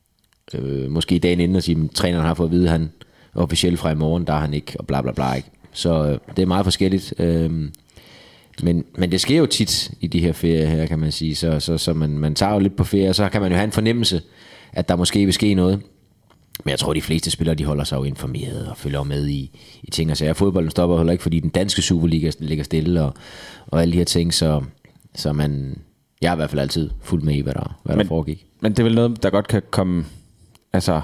S3: øh, måske dagen inden, og sige, at træneren har fået at vide, at han officielt fra i morgen, der er han ikke, og bla bla bla, ikke? Så øh, det er meget forskelligt. Øh, men, men det sker jo tit i de her ferier her, kan man sige. Så, så, så man, man tager jo lidt på ferie, og så kan man jo have en fornemmelse, at der måske vil ske noget. Men jeg tror, de fleste spillere, de holder sig jo informeret og følger med i, i ting og sager. Fodbolden stopper heller ikke, fordi den danske Superliga ligger stille, og, og alle de her ting, så, så man, jeg har i hvert fald altid fulgt med i, hvad der, hvad
S4: men,
S3: der foregik.
S4: Men det er vel noget, der godt kan komme, altså,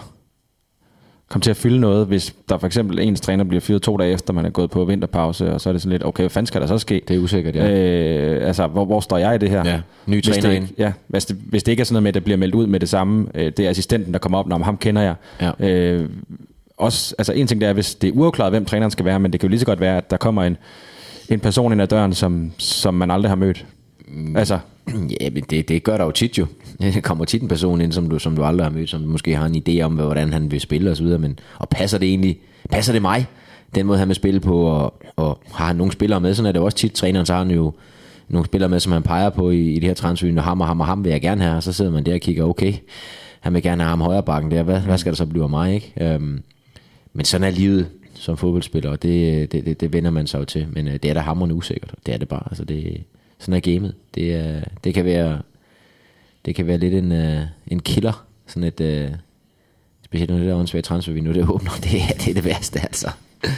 S4: komme til at fylde noget, hvis der for eksempel ens træner bliver fyret to dage efter, man er gået på vinterpause, og så er det sådan lidt, okay, hvad fanden skal der så ske?
S3: Det er usikkert, ja.
S4: Øh, altså, hvor, hvor står jeg i det her?
S3: Ja, ny
S4: hvis
S3: træner
S4: det,
S3: ind.
S4: Ja, hvis det, hvis det ikke er sådan noget med, at det bliver meldt ud med det samme, øh, det er assistenten, der kommer op, når ham kender jeg.
S3: Ja.
S4: Øh, også, altså en ting det er, hvis det er uafklaret, hvem træneren skal være, men det kan jo lige så godt være, at der kommer en, en person ind ad døren, som, som man aldrig har mødt. Mm. Altså,
S3: Ja, men det, det gør der jo tit jo. Det kommer tit en person ind, som du, som du aldrig har mødt, som måske har en idé om, hvordan han vil spille og så videre, men, og passer det egentlig, passer det mig, den måde han vil spille på, og, og har han nogle spillere med, sådan er det også tit, træneren så har han jo nogle spillere med, som han peger på i, i det her transfer, og ham og ham og ham vil jeg gerne have, og så sidder man der og kigger, okay, han vil gerne have ham højre bakken der, hvad, hvad skal der så blive af mig, ikke? Øhm, men sådan er livet som fodboldspiller, og det, det, det, det vender man sig jo til, men øh, det er da hamrende usikkert, det er det bare, altså det sådan er gamet. Det, er, det kan være det kan være lidt en, uh, en killer, sådan et uh, specielt når det der åndssvagt transfervindue det åbner, det er, det er det værste altså.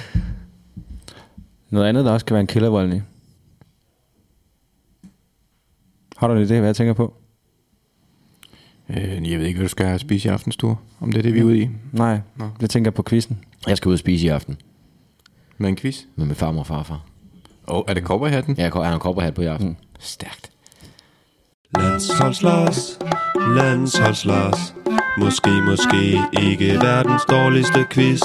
S4: noget andet, der også kan være en killervoldning. Har du en idé, hvad jeg tænker på?
S2: Øh, jeg ved ikke, hvad du skal have at spise i aftenstue, om det er det, vi er ude i.
S4: Nej,
S2: Nå.
S4: jeg tænker på quizzen.
S3: Jeg skal ud og spise i aften
S2: Med en quiz.
S3: med min farmor og farfar.
S2: Åh, oh, er det cowboyhatten?
S3: Jeg har en kopperhat på i aften. Mm.
S2: Stærkt.
S6: Landsholds Lars, Landsholds Lars. Måske, måske ikke verdens dårligste quiz.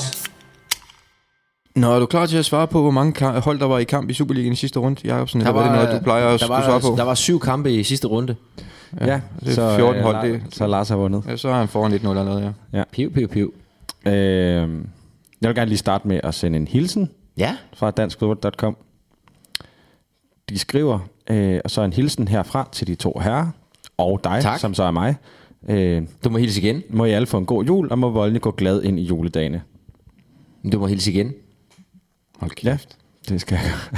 S2: Nå, er du klar til at svare på, hvor mange ka- hold der var i kamp i Superligaen i sidste runde, Jacobsen? Eller var det noget, du plejer at
S3: der
S2: skulle
S3: var,
S2: svare på?
S3: Der var syv kampe i sidste runde.
S4: Ja, ja
S2: det er
S4: så,
S2: fjorten
S4: øh,
S2: hold,
S4: La-
S2: det-
S4: så Lars har vundet.
S2: Ja, så er han foran et nul allerede, ja.
S3: Piv, piv, piv.
S4: Øh, jeg vil gerne lige starte med at sende en hilsen
S3: Ja,
S4: fra danskfodbold punktum com. De skriver, øh, og så en hilsen herfra til de to herrer, og dig,
S3: Tak.
S4: som så er mig. Øh,
S3: du må hilse igen.
S4: må I alle få en god jul, og må Voldny gå glad ind i juledagene.
S3: Du må hilse igen.
S2: Hold kæft.
S4: Ja, det skal jeg gøre.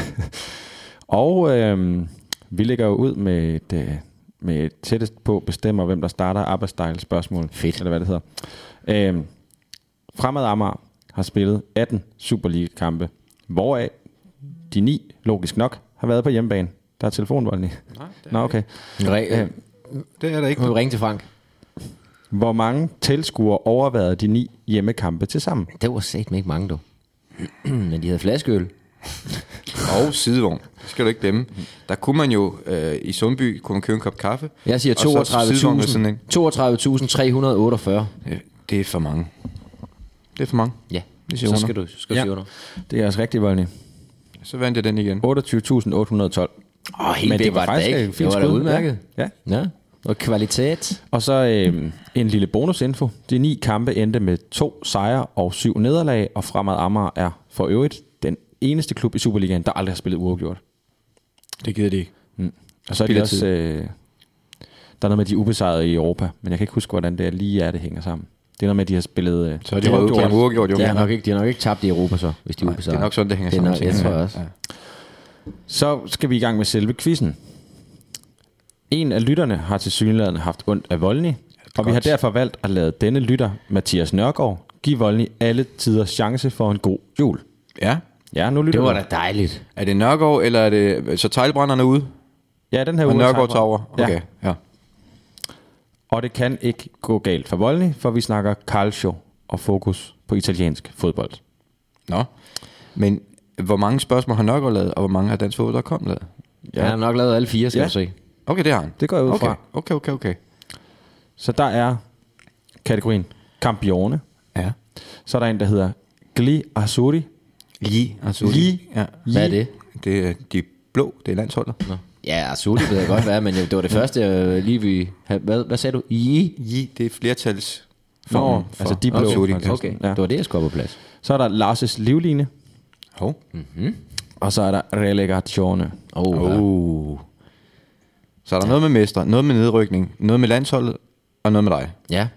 S4: Og øh, vi lægger jo ud med et, øh, med et tættest på bestemmer, hvem der starter arbejdsstyle spørgsmål.
S3: Fedt.
S4: Eller hvad det hedder. Øh, Fremad Amager har spillet atten Superliga-kampe, hvoraf de ni, logisk nok, har været på hjemmebane. Der er telefonvoldny.
S2: Nej, det er
S4: Nå, okay.
S3: Re-
S4: Øh,
S2: Det er der ikke.
S3: må vi ringe til Frank.
S4: Hvor mange tilskuere overvejede de ni hjemmekampe til sammen?
S3: Det var satme ikke mange, du. Men de havde flaskeøl.
S2: Og sidevogn. Det skal du ikke glemme. Der kunne man jo øh, i Sundby kunne man købe en kop kaffe.
S3: Jeg siger
S2: og så sidevogn med sådan en.
S3: toogtredive tusind tre hundrede og otteogfyrre.
S2: Øh, Det er for mange. Det er for mange.
S3: Ja,
S2: Det siger
S3: så
S2: under.
S3: skal du, skal du
S4: Ja.
S3: sige under.
S4: Det er også rigtig voldny.
S2: Så vandt jeg den igen.
S4: otteogtyve tusind otte hundrede og tolv.
S3: Åh, helt
S4: Men det
S3: væk
S4: var
S3: var det
S4: faktisk
S3: da
S4: et
S3: ikke.
S4: fint
S3: Det var da
S4: skud.
S3: udmærket.
S4: Ja.
S3: Ja, og kvalitet.
S4: Og så øh, en lille bonusinfo. De ni kampe endte med to sejre og syv nederlag, og Fremad Amager er for øvrigt den eneste klub i Superligaen, der aldrig har spillet uafgjort.
S2: Det gider de ikke.
S4: Mm. Og så er de også, øh, der er noget med, de er ubesejrede i Europa, men jeg kan ikke huske, hvordan det er lige er, det hænger sammen. Det er noget med, at de har spillet... Øh,
S2: Så er de uafgjort. uafgjort jo.
S3: De har nok ikke, de har nok ikke tabt i Europa så, hvis de er
S2: Nej,
S3: ubesejret.
S2: det er nok sådan, det hænger
S3: Det er
S2: sammen.
S3: nok- jeg
S2: tænker
S3: tror også.
S2: Ja.
S4: Så skal vi i gang med selve quizzen. En af lytterne har til synligheden haft ondt af Voldny, og vi har derfor valgt at lade denne lytter, Mathias Nørgaard, give Voldny alle tiders chance for en god jul.
S2: Ja.
S4: Ja, nu lytter
S3: Det var
S4: du.
S3: da dejligt.
S2: Er det Nørgaard, eller er det... Så teglbrænderne ude?
S4: Ja, den her
S2: Og
S4: uge er
S2: Nørgaard
S4: Teglbrænd.
S2: Tower? Okay,
S4: Ja.
S2: ja.
S4: Og det kan ikke gå galt for Voldny, for vi snakker calcio og fokus på italiensk fodbold.
S2: Nå. Men hvor mange spørgsmål har Nørgaard lavet, og hvor mange har Dansk Fodbold punktum com lavet?
S3: Ja. Han har nok lavet alle fire, skal
S4: Ja.
S3: du se.
S2: Okay, det har han.
S4: Det går jeg ud
S2: okay.
S4: fra.
S2: Okay, okay, okay.
S4: Så der er kategorien Campione.
S2: Ja.
S4: Så er der en, der hedder Gli Azzurri.
S2: Lige, altså.
S4: Lige.
S2: Ja.
S3: Hvad er det?
S2: Det er de blå, det er landsholdet.
S3: Nå. Ja, Azuli ved jeg godt være, men det var det første, jeg lige vi... Hvad, hvad sagde du? I?
S2: I, det er flertals.
S4: Nå, altså de blå.
S2: Azzurri.
S4: Altså,
S3: Okay,
S4: ja.
S3: det var det, jeg skulle op på plads.
S4: Så er der Lars' livline.
S2: Hov.
S4: Og så er der Relegazione.
S3: Oh, ja.
S2: Oh. Så er der noget med mestre, noget med nedrykning, noget med landsholdet, og noget med dig.
S3: Ja,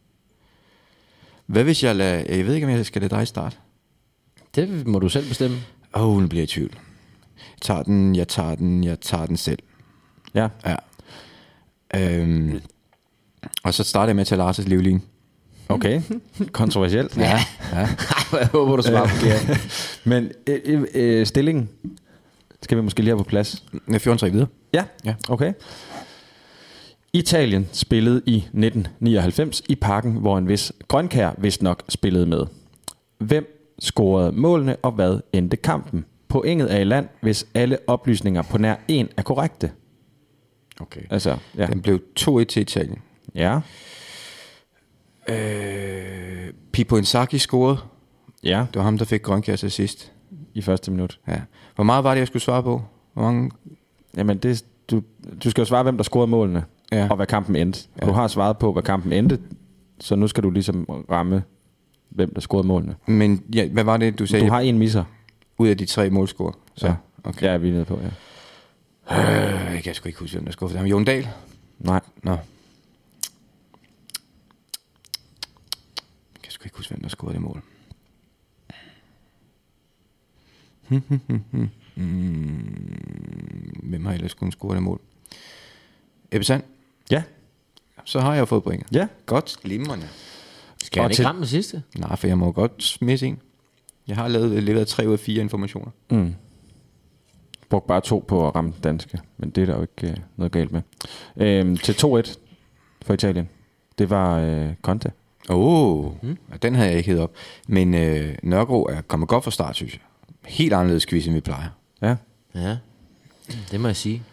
S2: Hvad hvis jeg lader... Jeg ved ikke, om jeg skal lade dig starte.
S3: det må du selv bestemme.
S2: Åh, oh, nu bliver jeg i tvivl. Jeg tager den, jeg tager den, jeg tager den selv.
S4: Ja.
S2: Ja. Øhm. Og så starter jeg med at tage Lars' livline.
S4: Okay. Kontroversielt.
S2: Ja. Ja.
S3: Jeg håber, du svarer forkert.
S4: Men øh, øh, øh, stillingen skal vi måske lige have på plads.
S2: fjorten tre videre.
S4: Ja,
S2: Ja.
S4: okay. Italien spillede i nitten nioghalvfems i parken, hvor en vis Grønkær vist nok spillede med. Hvem scorede målene, og hvad endte kampen? Pointet er i land, hvis alle oplysninger på nær en er korrekte.
S2: Okay.
S4: Altså, ja.
S2: Den blev to et til Italien.
S4: Ja,
S2: Øh, Pippo Inzaghi scorede.
S4: ja,
S2: Det var ham, der fik grønkær til sidst.
S4: i første minut.
S2: Ja. Hvor meget var det, jeg skulle svare på? Hvor mange?
S4: Jamen, det, du, du skal jo svare, hvem der scorede målene,
S2: Ja.
S4: og hvad kampen endte. Og
S2: Ja.
S4: du har svaret på, hvad kampen endte, så nu skal du ligesom ramme, hvem der scorede målene.
S2: Men ja, hvad var det, du sagde?
S4: Du har en misser.
S2: Ud af de tre målscorer. Så.
S4: Ja.
S2: Okay.
S4: Ja, vi er nede på, ja.
S2: Øh, jeg kan sgu ikke huske, hvem der scorede for dem. Jon Dahl?
S4: Nej.
S2: Nå. Jeg kan sgu ikke huske, hvem der scorede det mål. Hvem har ellers kunnet score det mål? Ebbe Sand?
S4: Ja,
S2: Så har jeg jo fået point.
S4: ja.
S2: Godt, glimrende.
S3: Skal
S4: Og
S3: han ikke
S4: til-
S3: ramme den sidste?
S2: Nej, for jeg må godt misse en. Jeg har lavet, leveret tre ud af fire informationer.
S4: Mm. Brugte bare to på at ramme danske, men det er der jo ikke øh, noget galt med. Øhm, til to et for Italien. Det var øh, Conte.
S2: Åh, oh, mm. Den havde jeg ikke hævet op. Men øh, Nørgaard er kommet godt fra start, synes jeg. Helt anderledes quiz, end vi plejer.
S4: Ja.
S3: Ja, det må jeg sige.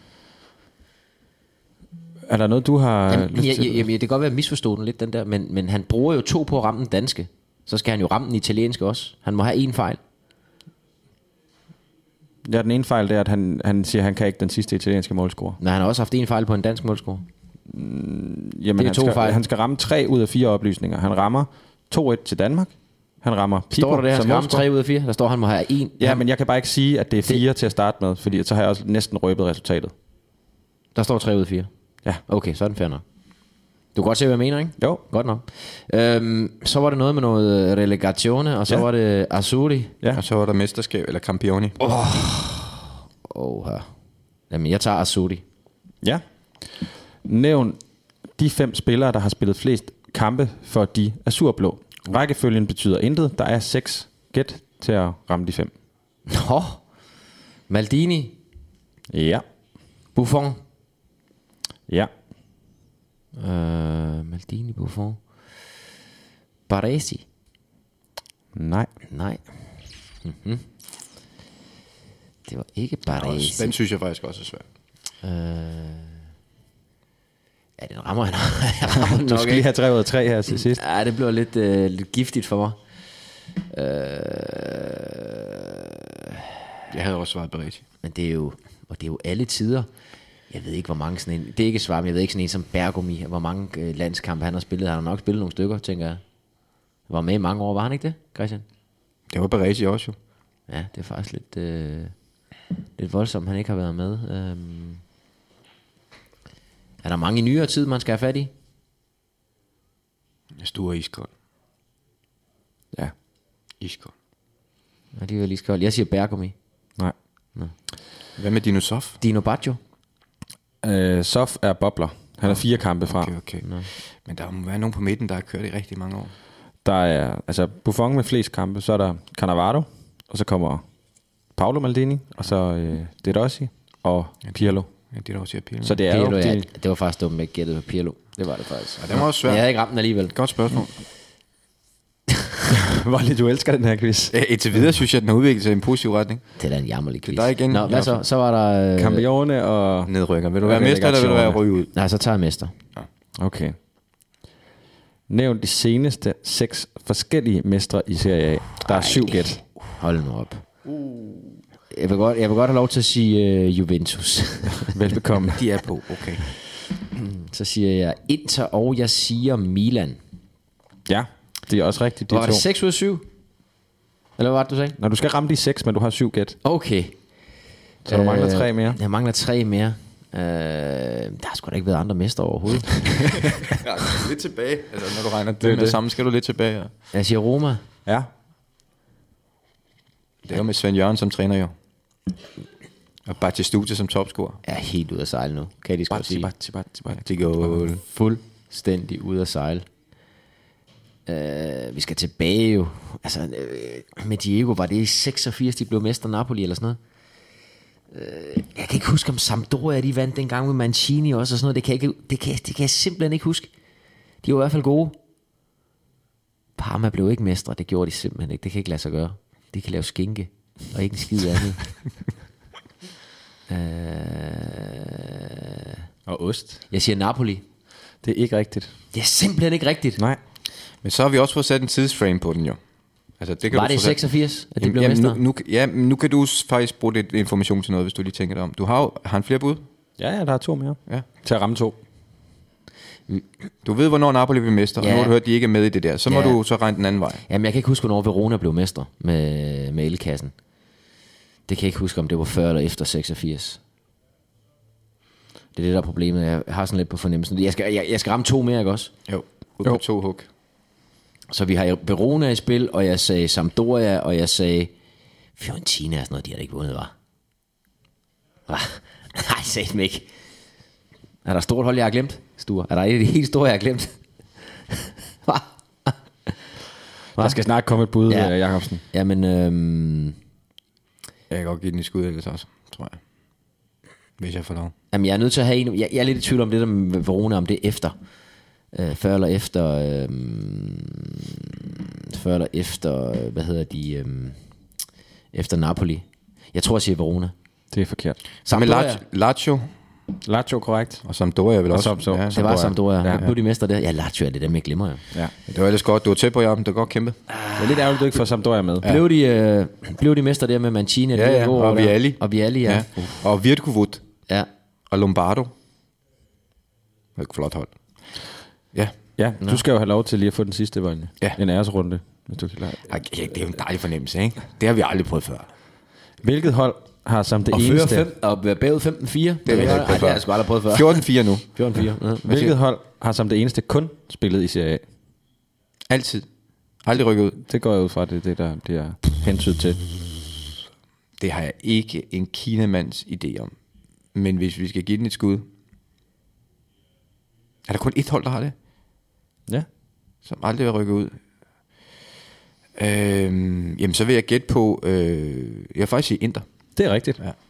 S4: Er der noget, du har
S3: Jamen,
S4: lyst
S3: ja,
S4: til?
S3: ja, jamen, det kan godt være, at jeg misforstod den lidt, den der, men, men han bruger jo to på at ramme den danske. Så skal han jo ramme den italienske også. Han må have en fejl.
S4: Ja, den ene fejl, det er, at han, han siger, at han kan ikke den sidste italienske målscore.
S3: Men han har også haft en fejl på en dansk målscore.
S4: Jamen,
S3: Det er
S4: han,
S3: to
S4: skal,
S3: fejl.
S4: han skal ramme tre ud af fire oplysninger. Han rammer to et til Danmark. Han rammer Pippo
S3: Står der det, han
S4: som
S3: skal ramme
S4: målscorer.
S3: tre ud af fire? Der står, han må have en.
S4: Ja, men jeg kan bare ikke sige, at det er fire til at starte med, fordi så har jeg også næsten røbet resultatet.
S3: Der står tre ud af fire.
S4: Ja.
S3: Okay, så er den fair nok. Du kan godt se, hvad jeg mener, ikke?
S4: Jo.
S3: Godt nok. Øhm, så var det noget med noget relegazione, og så
S4: Ja.
S3: var det Azzurri.
S4: Ja.
S2: Og så var der mesterskab, eller Campioni.
S3: Åh, oh, her. Jamen, jeg tager Azzurri.
S4: Ja. Nævn de fem spillere, der har spillet flest kampe for de azurblå. Rækkefølgen betyder intet. Der er seks gæt til at ramme de fem.
S3: Nå. Maldini.
S4: Ja.
S3: Buffon.
S4: Ja.
S3: Øh, Maldini, Buffon. Baresi.
S4: Nej.
S3: Nej. Mm-hmm. Det var ikke Baresi.
S2: Den synes jeg faktisk også er svær.
S3: Øh, ja, den rammer han. Jeg rammer den
S4: Du
S3: nok
S4: skal lige
S3: ikke.
S4: have tre ud af tre her til sidst.
S3: Ja, det bliver lidt, øh, lidt giftigt for mig. Øh,
S2: Jeg havde også svaret Baresi.
S3: men det er jo, og det er jo alle tider. Jeg ved ikke, hvor mange sådan en, det er ikke svar, men jeg ved ikke sådan en som Bergomi, hvor mange øh, landskampe han har spillet. Han har nok spillet nogle stykker, tænker jeg. Var med i mange år, var han ikke det, Christian?
S2: Det var Baresi også jo.
S3: Ja, det er faktisk lidt, øh, lidt voldsomt, han ikke har været med. Øhm, er der mange i nyere tid, man skal have fat i?
S2: Jeg stod iskold.
S4: Ja.
S2: Iskold.
S3: Ja, det er lige skold. Jeg siger Bergomi.
S4: Nej.
S2: Hvad med Dino Sof?
S3: Dino Baggio.
S4: Øh, Sof er bobler. Han har fire kampe fra.
S2: Okay, okay. Men der må være nogen på midten, der har kørt i rigtig mange år.
S4: Der er altså Buffon med flest kampe. Så er der Cannavaro. Og så kommer Paolo Maldini. Og så øh, De Rossi. Og Pirlo.
S2: Ja, det er da også, jeg Pirlo.
S4: Så det er
S3: Pirlo,
S4: jo...
S3: ja,
S4: De,
S3: det var faktisk dumt, at jeg ikke gættede på Pirlo. Det var det faktisk.
S2: Ja, den var også svær.
S3: Men jeg havde ikke ramt den alligevel.
S2: Godt spørgsmål.
S4: Volley, du elsker den her quiz.
S2: Ja, indtil videre synes jeg, den har udviklet sig i en positiv retning.
S3: Det er da en jammerlig quiz.
S2: Det er dig igen.
S3: Nå, hvad så? Så var der... Øh...
S4: Campione og...
S2: Nedrykker. Vil du være mester, eller vil du være ryge ud?
S3: Nej, så tager jeg mester.
S4: Okay. Nævn de seneste seks forskellige mestre i Serie A. Der er syv gæt.
S3: Hold nu op. Jeg vil godt, jeg vil godt have lov til at sige uh, Juventus.
S4: Velbekomme.
S2: De er på, okay.
S3: Så siger jeg Inter, og jeg siger Milan.
S4: Ja, det er også rigtigt, de
S3: Var
S4: to.
S3: det seks ud af syv? Eller hvad var det, du sagde?
S4: Når du skal ramme de seks, men du har syv gæt.
S3: Okay.
S4: Så du mangler tre mere.
S3: Jeg mangler tre mere. Uh, der har sgu da ikke været andre mester overhovedet.
S2: Ja, lidt tilbage. Altså, når du regner det,
S4: Det er
S2: med
S4: det.
S2: sammen, skal du lidt tilbage. Ja.
S3: Jeg siger Roma.
S4: Ja.
S2: Det er jo med Svend Jørgen som træner, jo. Og Batistuta som topscorer.
S3: Jeg er helt ude at sejle nu. Kan jeg lige skulle sige.
S2: Bati, Bati, Bati. Det går
S3: Fuldstændig ude at sejle. Uh, vi skal tilbage jo. Altså, uh, med Diego var det i seksogfirs, de blev mester Napoli eller sådan noget. Uh, jeg kan ikke huske, om Sampdoria de vandt dengang med Mancini også og sådan noget. Det kan, jeg ikke, det, kan, det kan jeg simpelthen ikke huske. De var i hvert fald gode. Parma blev ikke mestre. Det gjorde de simpelthen ikke. Det kan ikke lade sig gøre. De kan lave skinke og ikke en skid andet. uh,
S4: Og ost.
S3: jeg siger Napoli.
S4: Det er ikke rigtigt.
S3: Det er simpelthen ikke rigtigt.
S4: Nej.
S2: Men så har vi også fået sat en tidsframe på den, jo. Altså, det kan
S3: Var
S2: du
S3: det i
S2: få sat-
S3: seksogfirs, at de
S2: Jamen,
S3: blev
S2: jamen,
S3: mestre?
S2: nu, nu, ja, men nu kan du faktisk bruge lidt information til noget, hvis du lige tænker dig om. Du har jo har han flere bud?
S4: Ja, ja, der er to mere.
S2: Ja.
S4: Til at ramme to.
S2: Du ved, hvornår Napoli bliver mester,
S3: Ja.
S2: og nu har du hørt, at de ikke er med i det der. Så må
S3: Ja.
S2: du så regne den anden vej.
S3: Jamen, jeg kan ikke huske, hvornår Verona blev mester med, med elkassen. Det kan jeg ikke huske, om det var før eller efter seksogfirs. Det er det, der er problemet. Jeg har sådan lidt på fornemmelsen. Jeg skal, jeg, jeg skal ramme to mere, ikke også?
S2: Jo. Ud
S4: Jo.
S2: på to hug.
S3: Så vi har Verona i spil, og jeg sagde Sampdoria, og jeg sagde Fiorentina og sådan noget, de har da ikke vundet, var. Nej, sagde dem ikke. Er der stort hold, jeg har glemt, Sture? Er der et af de helt store, jeg har glemt? Hva?
S4: Der skal snart komme et bud,
S3: Ja.
S4: ja. Jacobsen.
S3: Jamen, øhm,
S2: Jeg kan godt give den i skud ellers også, tror jeg. Hvis jeg får lov.
S3: jamen, jeg er nødt til at have en. Jeg, jeg er lidt i tvivl om det der med Verona, om det er efter. Øh, før eller efter. Øh, før eller efter, øh, hvad hedder de? Øh, efter Napoli. Jeg tror, jeg siger Verona.
S4: Det er forkert.
S2: Så med
S3: Sampdoria.
S2: Lazio, Lazio
S4: Lazio, korrekt.
S2: og Sampdoria vel
S4: Og
S2: også.
S4: Sampdoria.
S2: Ja,
S3: Det var Sampdoria.
S4: Ja,
S3: Ja, nu er de mester der. Ja, Lazio er det dem, jeg glemmer jo.
S4: Ja.
S2: Det var ellers godt. Du var tæt på, Jacob. Det var godt kæmpet.
S4: Det er lidt ærgerligt, du ikke får Sampdoria med.
S3: Ja. Blev, de, øh, blev de mester der med Mancini?
S2: Ja, ja. Og Vialli.
S3: Og Vialli, ja.
S2: Ja. Og Virtuvut
S3: Ja.
S2: og Lombardo. Det var et flot hold. Ja.
S4: Ja, du skal jo have lov til lige at få den sidste, Volny.
S2: Ja.
S4: En æresrunde, hvis du kan lade.
S2: Ej, ja, det er jo en dejlig fornemmelse, ikke? Det har vi aldrig prøvet før.
S4: Hvilket hold har som det
S3: Og føre
S4: eneste...
S3: fem, og være bagud femten fire.
S2: Det har vi aldrig
S3: Ej,
S2: prøvet
S3: det har
S2: før.
S3: jeg sgu aldrig prøvet før.
S2: fjorten fire nu.
S3: fjorten fire. Ja.
S4: Hvilket hold har som det eneste kun spillet i Serie A?
S2: Altid. Aldrig rykket ud.
S4: Det går jeg ud fra, det er det, der bliver hentydet til.
S2: Det har jeg ikke en kinamands idé om. Men hvis vi skal give den et skud. Er der kun ét hold, der har det?
S4: Ja.
S2: Som aldrig har rykket ud. Øhm, jamen, så vil jeg gætte på... Øh, jeg vil faktisk sige Inter.
S4: Det er rigtigt.
S2: Ja.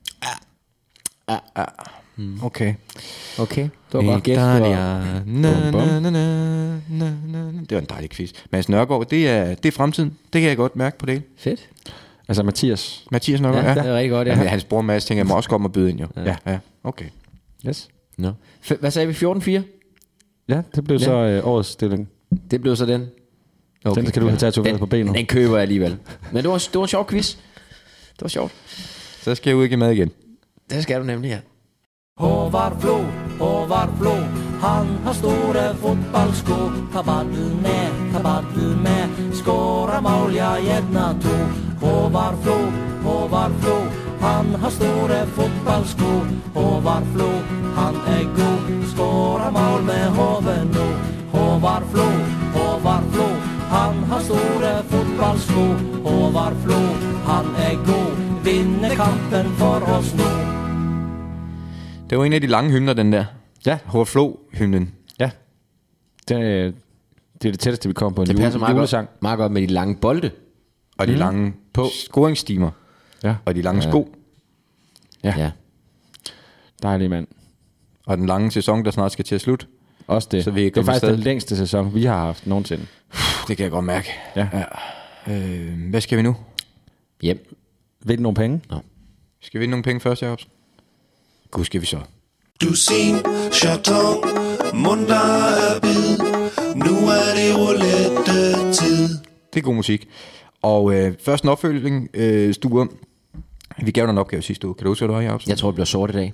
S2: Okay.
S3: Okay, det var godt gæt.
S2: Italia. Na, na, na, na, na, na, na. Det var en dejlig quiz. Mads Nørgaard, det er, det er fremtiden. Det kan jeg godt mærke på det.
S3: Fedt.
S4: Altså Mathias.
S2: Mathias Nørgaard,
S3: Ja,
S2: ja.
S3: det er rigtig godt, ja.
S2: Jamen, hans bror Mads tænker, jeg må også komme og byde ind, jo.
S3: Ja.
S2: Ja, okay.
S4: Yes.
S3: No. Hvad sagde vi? fjorten fire?
S4: Ja, det blev
S3: Ja.
S4: så øh, årets stilling.
S3: Det blev så den.
S4: Den skal du have tatoveret
S3: Den-
S4: på benet.
S3: Den køber jeg alligevel. Men det var, det var en sjov quiz. Det var sjovt.
S2: Så skal jeg ud og give mad igen.
S3: Det skal du nemlig, ja.
S7: Håvard Flo, Håvard Flo, han har store fotballsko. Ta ballen med, ta ballen med, skåra mål, ja, jedna to. Håvard Flo, Håvard Flo, han har store fotballsko. Håvard Flo, han är god, skåra mål med hoven nu. Håvard Flo, Håvard Flo, han har store fotballsko. Håvard Flo, han är god, vinner kampen for oss nu.
S2: Det var en af de lange hymner, den der.
S4: Ja.
S2: Hårdflå-hymnen.
S4: Ja. Det, er- det er det tætteste, vi kommer på en
S3: Det
S4: jule,
S3: passer meget
S4: julesang.
S3: godt, meget godt med de lange bolde.
S2: Og de mm. lange på scoringsstimer.
S4: Ja.
S2: Og de lange sko.
S4: Ja.
S3: Ja.
S4: Dejlig mand.
S2: Og den lange sæson, der snart skal til at slutte.
S4: Også det.
S2: Så vi er
S4: det er
S2: kommet
S4: faktisk
S2: afsted.
S4: den længste sæson, vi har haft nogensinde.
S2: det kan jeg godt mærke.
S4: Ja.
S2: ja. Øh, hvad skal vi nu?
S3: Hjem.
S4: Vind nogle penge?
S3: Nå.
S2: Skal vi vinde nogle penge først, Jacobsen? Gud, skal vi så?
S6: Dusin, chaton, munter er bid. Nu er det roulette-tid.
S2: Det er god musik. Og øh, først en opfølging, øh, Sture. Vi gav dig en opgave sidste uge. Kan du huske, hvad det var, Jacobsen?
S3: Jeg tror, det bliver sort i dag.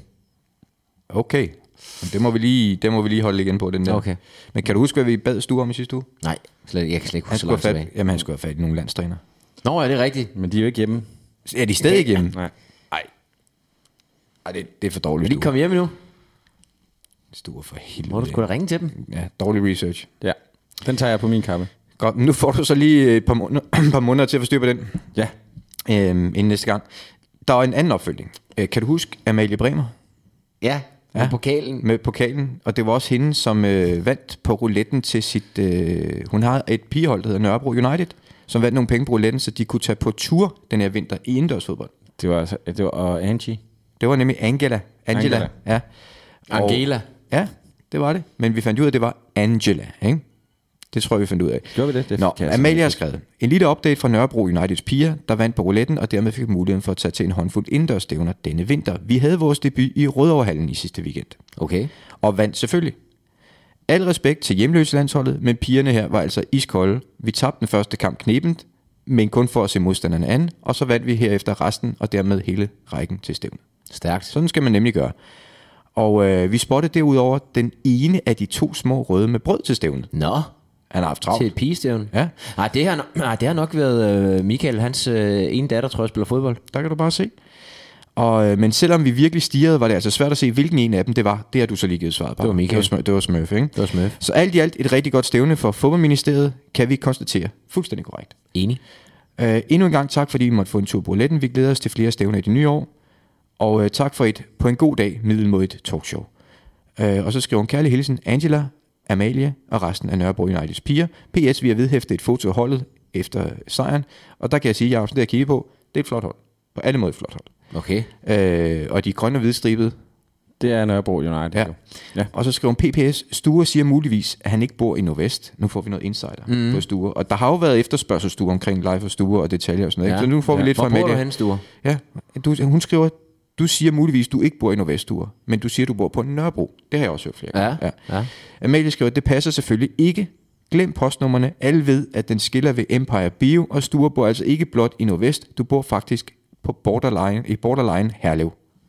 S2: Okay. Det må vi lige, det må vi lige holde igen på, den der.
S3: Okay.
S2: Men kan du huske, hvad vi bad Sture om i sidste uge?
S3: Nej, slet, jeg kan slet ikke
S2: Han
S3: huske så
S2: skulle
S3: langt
S2: have fat,
S3: tilbage.
S2: jamen, han skulle have fat i nogle landstræner.
S3: Nå, ja, det er rigtigt.
S4: Men de er jo ikke hjemme.
S2: Er de stadig hjemme?
S4: Nej.
S2: Nej. Ej, det, det er for dårligt.
S3: Vil de ikke komme hjem endnu?
S2: Sture for helvede.
S3: Må du sgu da ringe til dem?
S2: Ja, dårlig research.
S4: Ja, den tager jeg på min kappe.
S2: Godt, nu får du så lige et par måneder, et par måneder til at få styr på den,
S4: Ja.
S2: øhm, inden næste gang. Der er en anden opfølging. Øh, kan du huske Amalie Bremer?
S3: Ja, med
S2: Ja.
S3: pokalen.
S2: Med pokalen, og det var også hende, som øh, vandt på rouletten til sit... Øh, hun har et pigehold, der hedder Nørrebro United, som vandt nogle penge på rouletten, så de kunne tage på tur den her vinter i indendørsfodbold.
S4: Det var, altså, det var og Angie.
S2: Det var nemlig Angela. Angela,
S4: Angela.
S2: ja. Og,
S3: Angela.
S2: Ja, det var det. Men vi fandt ud af, at det var Angela, ikke? Det tror jeg, vi fandt ud af.
S4: Gjorde vi det? Det
S2: Nå,
S4: kan jeg
S2: Amalie har
S4: simpelthen
S2: skrevet en lille update fra Nørrebro Uniteds piger, der vandt på rouletten, og dermed fik muligheden for at tage til en håndfuld indendørsstævner denne vinter. Vi havde vores debut i Rødovrehallen i sidste weekend.
S3: Okay.
S2: Og vandt selvfølgelig. Al respekt til hjemløse landsholdet, men pigerne her var altså iskolde. Vi tabte den første kamp knebent, men kun for at se modstanderne an, og så vandt vi herefter resten, og dermed hele rækken til stævnet.
S3: Stærkt.
S2: Sådan skal man nemlig gøre. Og øh, vi spottede derudover den ene af de to små røde med brød til stævnet.
S3: Nå,
S2: Han har haft
S3: til
S2: travlt.
S3: et pigestævn.
S2: Ja.
S3: Nej, det har, nej, det har nok været øh, Michael, hans øh, ene datter, tror jeg, spiller fodbold.
S2: Der kan du bare se. Og, øh, men selvom vi virkelig stirrede, var det altså svært at se, hvilken en af dem det var. Det har du så lige givet svaret på.
S3: Det var Michael.
S2: Det var, Smør, det var Smurf, ikke?
S3: Det var Smurf.
S2: Så alt i alt et rigtig godt stævne for fodboldministeriet, kan vi konstatere. Fuldstændig korrekt.
S3: Enig.
S2: Uh, endnu en gang tak, fordi vi måtte få en tur på rouletten. Vi glæder os til flere stævner i det nye år. Og uh, tak for et på en god dag middelmodigt talkshow. Uh, og så skriver hun kærlig hilsen Angela, Amalie og resten af Nørrebro Uniteds piger. P S. Vi har vedhæftet et foto af holdet efter sejren. Og der kan jeg sige, at jeg har også det at kigge på. Det er et flot hold. På alle måder et flot hold.
S3: Okay.
S2: Uh, og de grønne og hvidstribede.
S4: Det er Nørrebro United.
S2: Ja.
S4: jo. Ja.
S2: Og så skriver hun P P S. Sture siger muligvis, at han ikke bor i Nordvest. Nu får vi noget insider mm. på Sture. Og der har jo været efterspørgselsstue omkring live og Sture og detaljer og sådan noget.
S3: Ja.
S2: Så nu får vi
S4: Ja.
S2: lidt fra
S3: Hvor bor du
S2: Amalie.
S3: henne, Sture?
S2: Ja, du, hun skriver, du siger muligvis, du ikke bor i Nordvest, Sture, men du siger, du bor på Nørrebro. Det har jeg også hørt flere gange.
S3: Ja, ja.
S2: Amalie skriver, det passer selvfølgelig ikke. Glem postnummerne. Alle ved, at den skiller ved Empire Bio, og Sture bor altså ikke blot i Nordvest. Du bor faktisk på borderline, i borderline Herlev.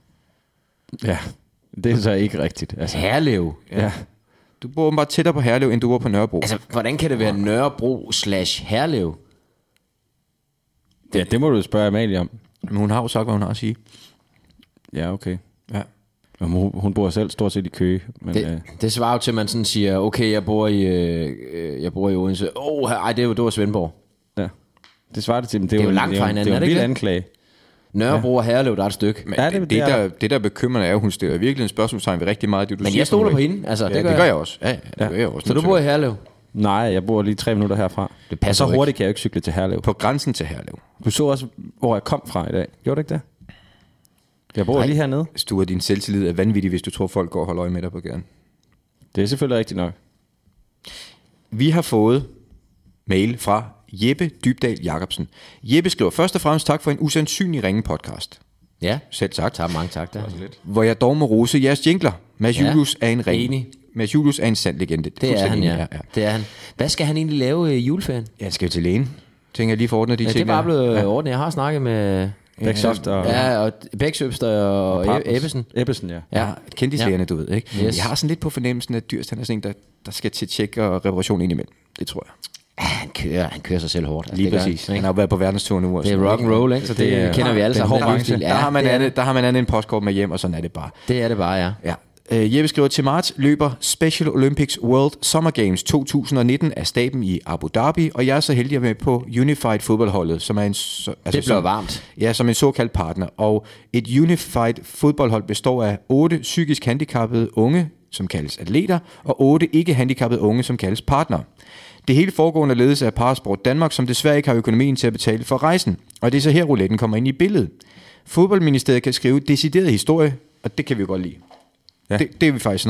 S4: ja, det er så ikke rigtigt. Altså,
S3: Herlev.
S4: ja.
S2: Du bor bare tættere på Herlev, end du bor på Nørrebro.
S3: Altså, hvordan kan det være Nørrebro slash Herlev?
S4: ja, det må du spørge Amalie om.
S2: Men hun har jo sagt, hvad hun har at sige.
S4: Ja, okay.
S2: Ja.
S4: Jamen, Hun, hun bor selv stort set i Køge. Men,
S3: Det,
S4: øh,
S3: det svarer jo til, at man sådan siger, okay, jeg bor i, øh, jeg bor i Odense. Åh, oh, ej, det var, det var Svendborg.
S4: ja. Det svarer det til, men det,
S3: Det er jo
S4: en-
S3: langt fra hinanden,
S4: det er
S3: er
S4: jo
S3: det
S4: en
S3: ikke
S4: vild
S3: det?
S4: anklage.
S3: Nørrebro ja. og Herlev, der er et stykke.
S2: Men
S4: Ja,
S2: ja,
S4: det-
S2: det,
S4: det
S2: det,
S4: er-
S2: der, det der bekymrende er jo, hun stiller virkelig en spørgsmålstegn ved rigtig meget af det, du
S3: Men
S2: siger.
S3: jeg stoler
S2: som
S3: på
S2: du-
S3: hende. Altså,
S2: Ja,
S3: det, gør
S2: det gør jeg også. Ja, ja, det
S4: Ja.
S2: gør jeg også.
S3: Så du bor i Herlev?
S4: Nej, jeg bor lige tre minutter herfra.
S3: Det passer
S4: og så
S3: jo
S4: hurtigt kan jeg jo ikke cykle til Herlev.
S2: På grænsen til Herlev.
S4: Du så også, hvor jeg kom fra i dag. Gjorde du ikke det? Jeg bor
S3: Nej.
S4: lige hernede.
S2: Sture, din selvtillid er vanvittig, hvis du tror, folk går og holder øje med dig på gaden.
S4: Det er selvfølgelig rigtigt nok.
S2: Vi har fået mail fra Jeppe Dybdal Jacobsen. Jeppe skriver først og fremmest tak for en usandsynlig ringe podcast.
S3: Ja.
S2: Selv tak.
S3: Tak, mange tak der.
S2: Hvor jeg dog må rose jeres jingler. Mads
S3: Ja.
S2: Julius er en ring.
S3: Enig.
S2: Mads Julius er en sand legende.
S3: Det er
S2: Fuldstændig
S3: han,
S2: enig,
S3: ja. Det er han. Hvad skal han egentlig lave i juleferien?
S2: Jeg skal jo til lægen. Tænker jeg lige for ordnet de
S3: Ja, det
S2: ting.
S3: er bare
S2: der.
S3: blevet
S2: Ja.
S3: ordnet. Jeg har snakket med
S4: Bæksoft og,
S3: ja, og Bæksøbster og, og
S4: Partners.
S3: Ebbesen.
S4: Ebbesen, ja.
S2: Ja, kendislægerne, du ved, ikke?
S3: Yes.
S2: Jeg har sådan lidt på fornemmelsen, at Dyrst, han er sådan en, der, der skal til tjek og reparation ind imellem. Det tror jeg.
S3: Ja, han kører, han kører sig selv hårdt. Altså,
S2: Lige
S3: det gør
S2: præcis.
S3: han,
S2: Han
S3: ikke?
S2: har jo været på verdenstur nu.
S3: Det er rock and roll, ikke? Så det,
S4: det er-
S3: det kender vi alle
S4: det er
S3: sammen.
S4: en hård
S3: Den
S4: branche.
S3: livsstil.
S2: Der har man
S3: det er
S2: andet, der har man andet en postkort med hjem, og sådan er det bare.
S3: det. Det er det bare, ja.
S2: Ja. Uh, Jeppe skriver, til marts løber Special Olympics World Summer Games to tusind nitten af staben i Abu Dhabi, og jeg er så heldig at være med på Unified fodboldholdet, som er en, så, altså
S3: Det bliver
S2: som,
S3: varmt.
S2: Ja, som en såkaldt partner. Og et Unified fodboldhold består af otte psykisk handicappede unge, som kaldes atleter, og otte ikke handicappede unge, som kaldes partnere. Det hele foregående ledes af Parasport Danmark, som desværre ikke har økonomien til at betale for rejsen. Og det er så her, rouletten kommer ind i billedet. Fodboldministeriet kan skrive decideret historie, og det kan vi jo godt lide. Ja. Det, det er vi faktisk noget, vi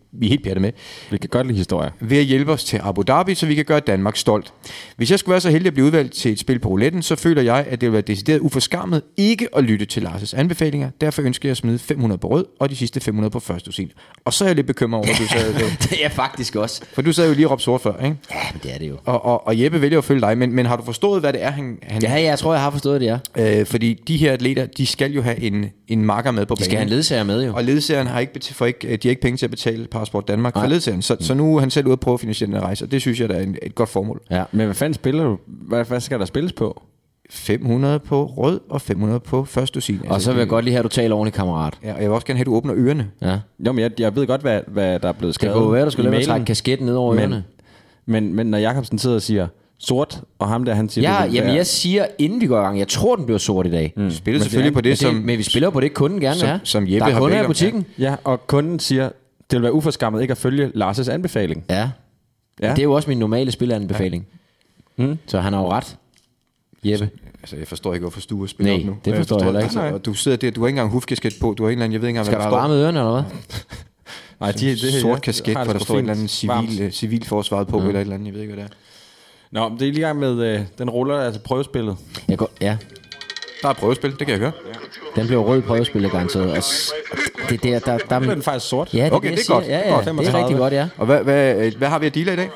S2: vi er helt pjattet med.
S4: Vi kan godt lide historier.
S2: Ved at hjælpe os til Abu Dhabi, så vi kan gøre Danmark stolt. Hvis jeg skulle være så heldig at blive udvalgt til et spil på rouletten, så føler jeg, at det vil være decideret uforskammet ikke at lytte til Lars' anbefalinger. Derfor ønsker jeg at smide fem hundrede på rød, og de sidste fem hundrede på første dusin. Og så er jeg lidt bekymret over, at du sad...
S3: Det er jeg faktisk også.
S2: For du sad jo lige og råbte sort før, ikke?
S3: Ja, men det er det jo.
S2: Og, og, og Jeppe vælger at følge dig, men, men har du forstået, hvad det er, han... han
S3: Ja, jeg tror, jeg har forstået det, ja.
S2: øh, fordi de her atleter, de skal jo have en, en marker med på banen.
S3: De skal have en ledsager med, jo.
S2: Og ledsageren har ikke, bet- for ikke, de har ikke penge til at betale Parasport Danmark for ledsageren. Så, mm. så nu er han selv ude at prøve at finansiere den rejse, og det synes jeg, der er en, et godt formål.
S4: Ja, men hvad fanden spiller du? Hvad, hvad skal der spilles på?
S2: fem hundrede på rød og fem hundrede på første dusin.
S3: Og altså, så vil jeg godt lige have, at du taler ordentligt, kammerat.
S2: Ja, og jeg vil også gerne have, at du åbner ørerne.
S3: Ja.
S4: Jo, men jeg, jeg ved godt, hvad, hvad der er blevet skrevet.
S3: Det kunne være, du skulle
S4: i
S3: lade
S4: mailen.
S3: trække kasketten ned over
S4: men,
S3: ørerne.
S4: Men, men når Jakobsen sidder og siger sort, og ham der, han siger...
S3: Ja,
S4: det,
S3: jamen jeg siger, inden vi går i gang, jeg tror, den bliver sort i dag.
S2: Mm. Spiller selvfølgelig på det,
S3: men,
S2: som...
S3: det, men vi spiller på det, kunden gerne
S2: som,
S3: er.
S2: som Jeppe
S3: der er
S2: har
S3: kunder
S2: bedt
S3: i
S2: om.
S3: butikken.
S4: Ja, og kunden siger, det vil være uforskammet ikke at følge Lars' anbefaling.
S3: Ja.
S4: Ja.
S3: Det er jo også min normale spilleranbefaling.
S4: Ja. Mm.
S3: Så han har jo ret. Jeppe.
S2: Altså, jeg forstår ikke, hvorfor Stue spiller
S3: Nej,
S2: op nu.
S3: det forstår jeg heller ikke.
S2: Altså, og du sidder der, du har ikke engang hufkasket på, du har en eller anden, jeg ved ikke engang,
S3: Skal
S2: hvad
S3: der
S2: der
S3: varme ørerne, eller hvad?
S4: Nej, de, det,
S2: sort
S4: jeg
S2: kasket,
S4: har det
S2: hvor der
S4: sgu
S2: står en
S4: fint
S2: eller anden civil,
S4: varmt.
S2: uh, civilforsvaret på, mm. eller et eller andet, jeg ved ikke, hvad det er.
S4: Nå, det er lige i gang med, øh, den ruller, altså prøvespillet.
S3: Jeg går, ja,
S2: Der er prøvespil, det kan jeg høre.
S3: den bliver rød prøvespillet garanteret. Og s- det der, der, der,
S4: Nu er den faktisk sort.
S3: ja, det,
S2: Okay,
S3: det,
S2: det er godt.
S3: Ja,
S2: Det er
S3: ja,
S2: godt.
S3: det er
S4: femogtredive.
S3: rigtig godt, ja.
S2: Og hvad, hvad, øh, hvad har vi at deale i dag?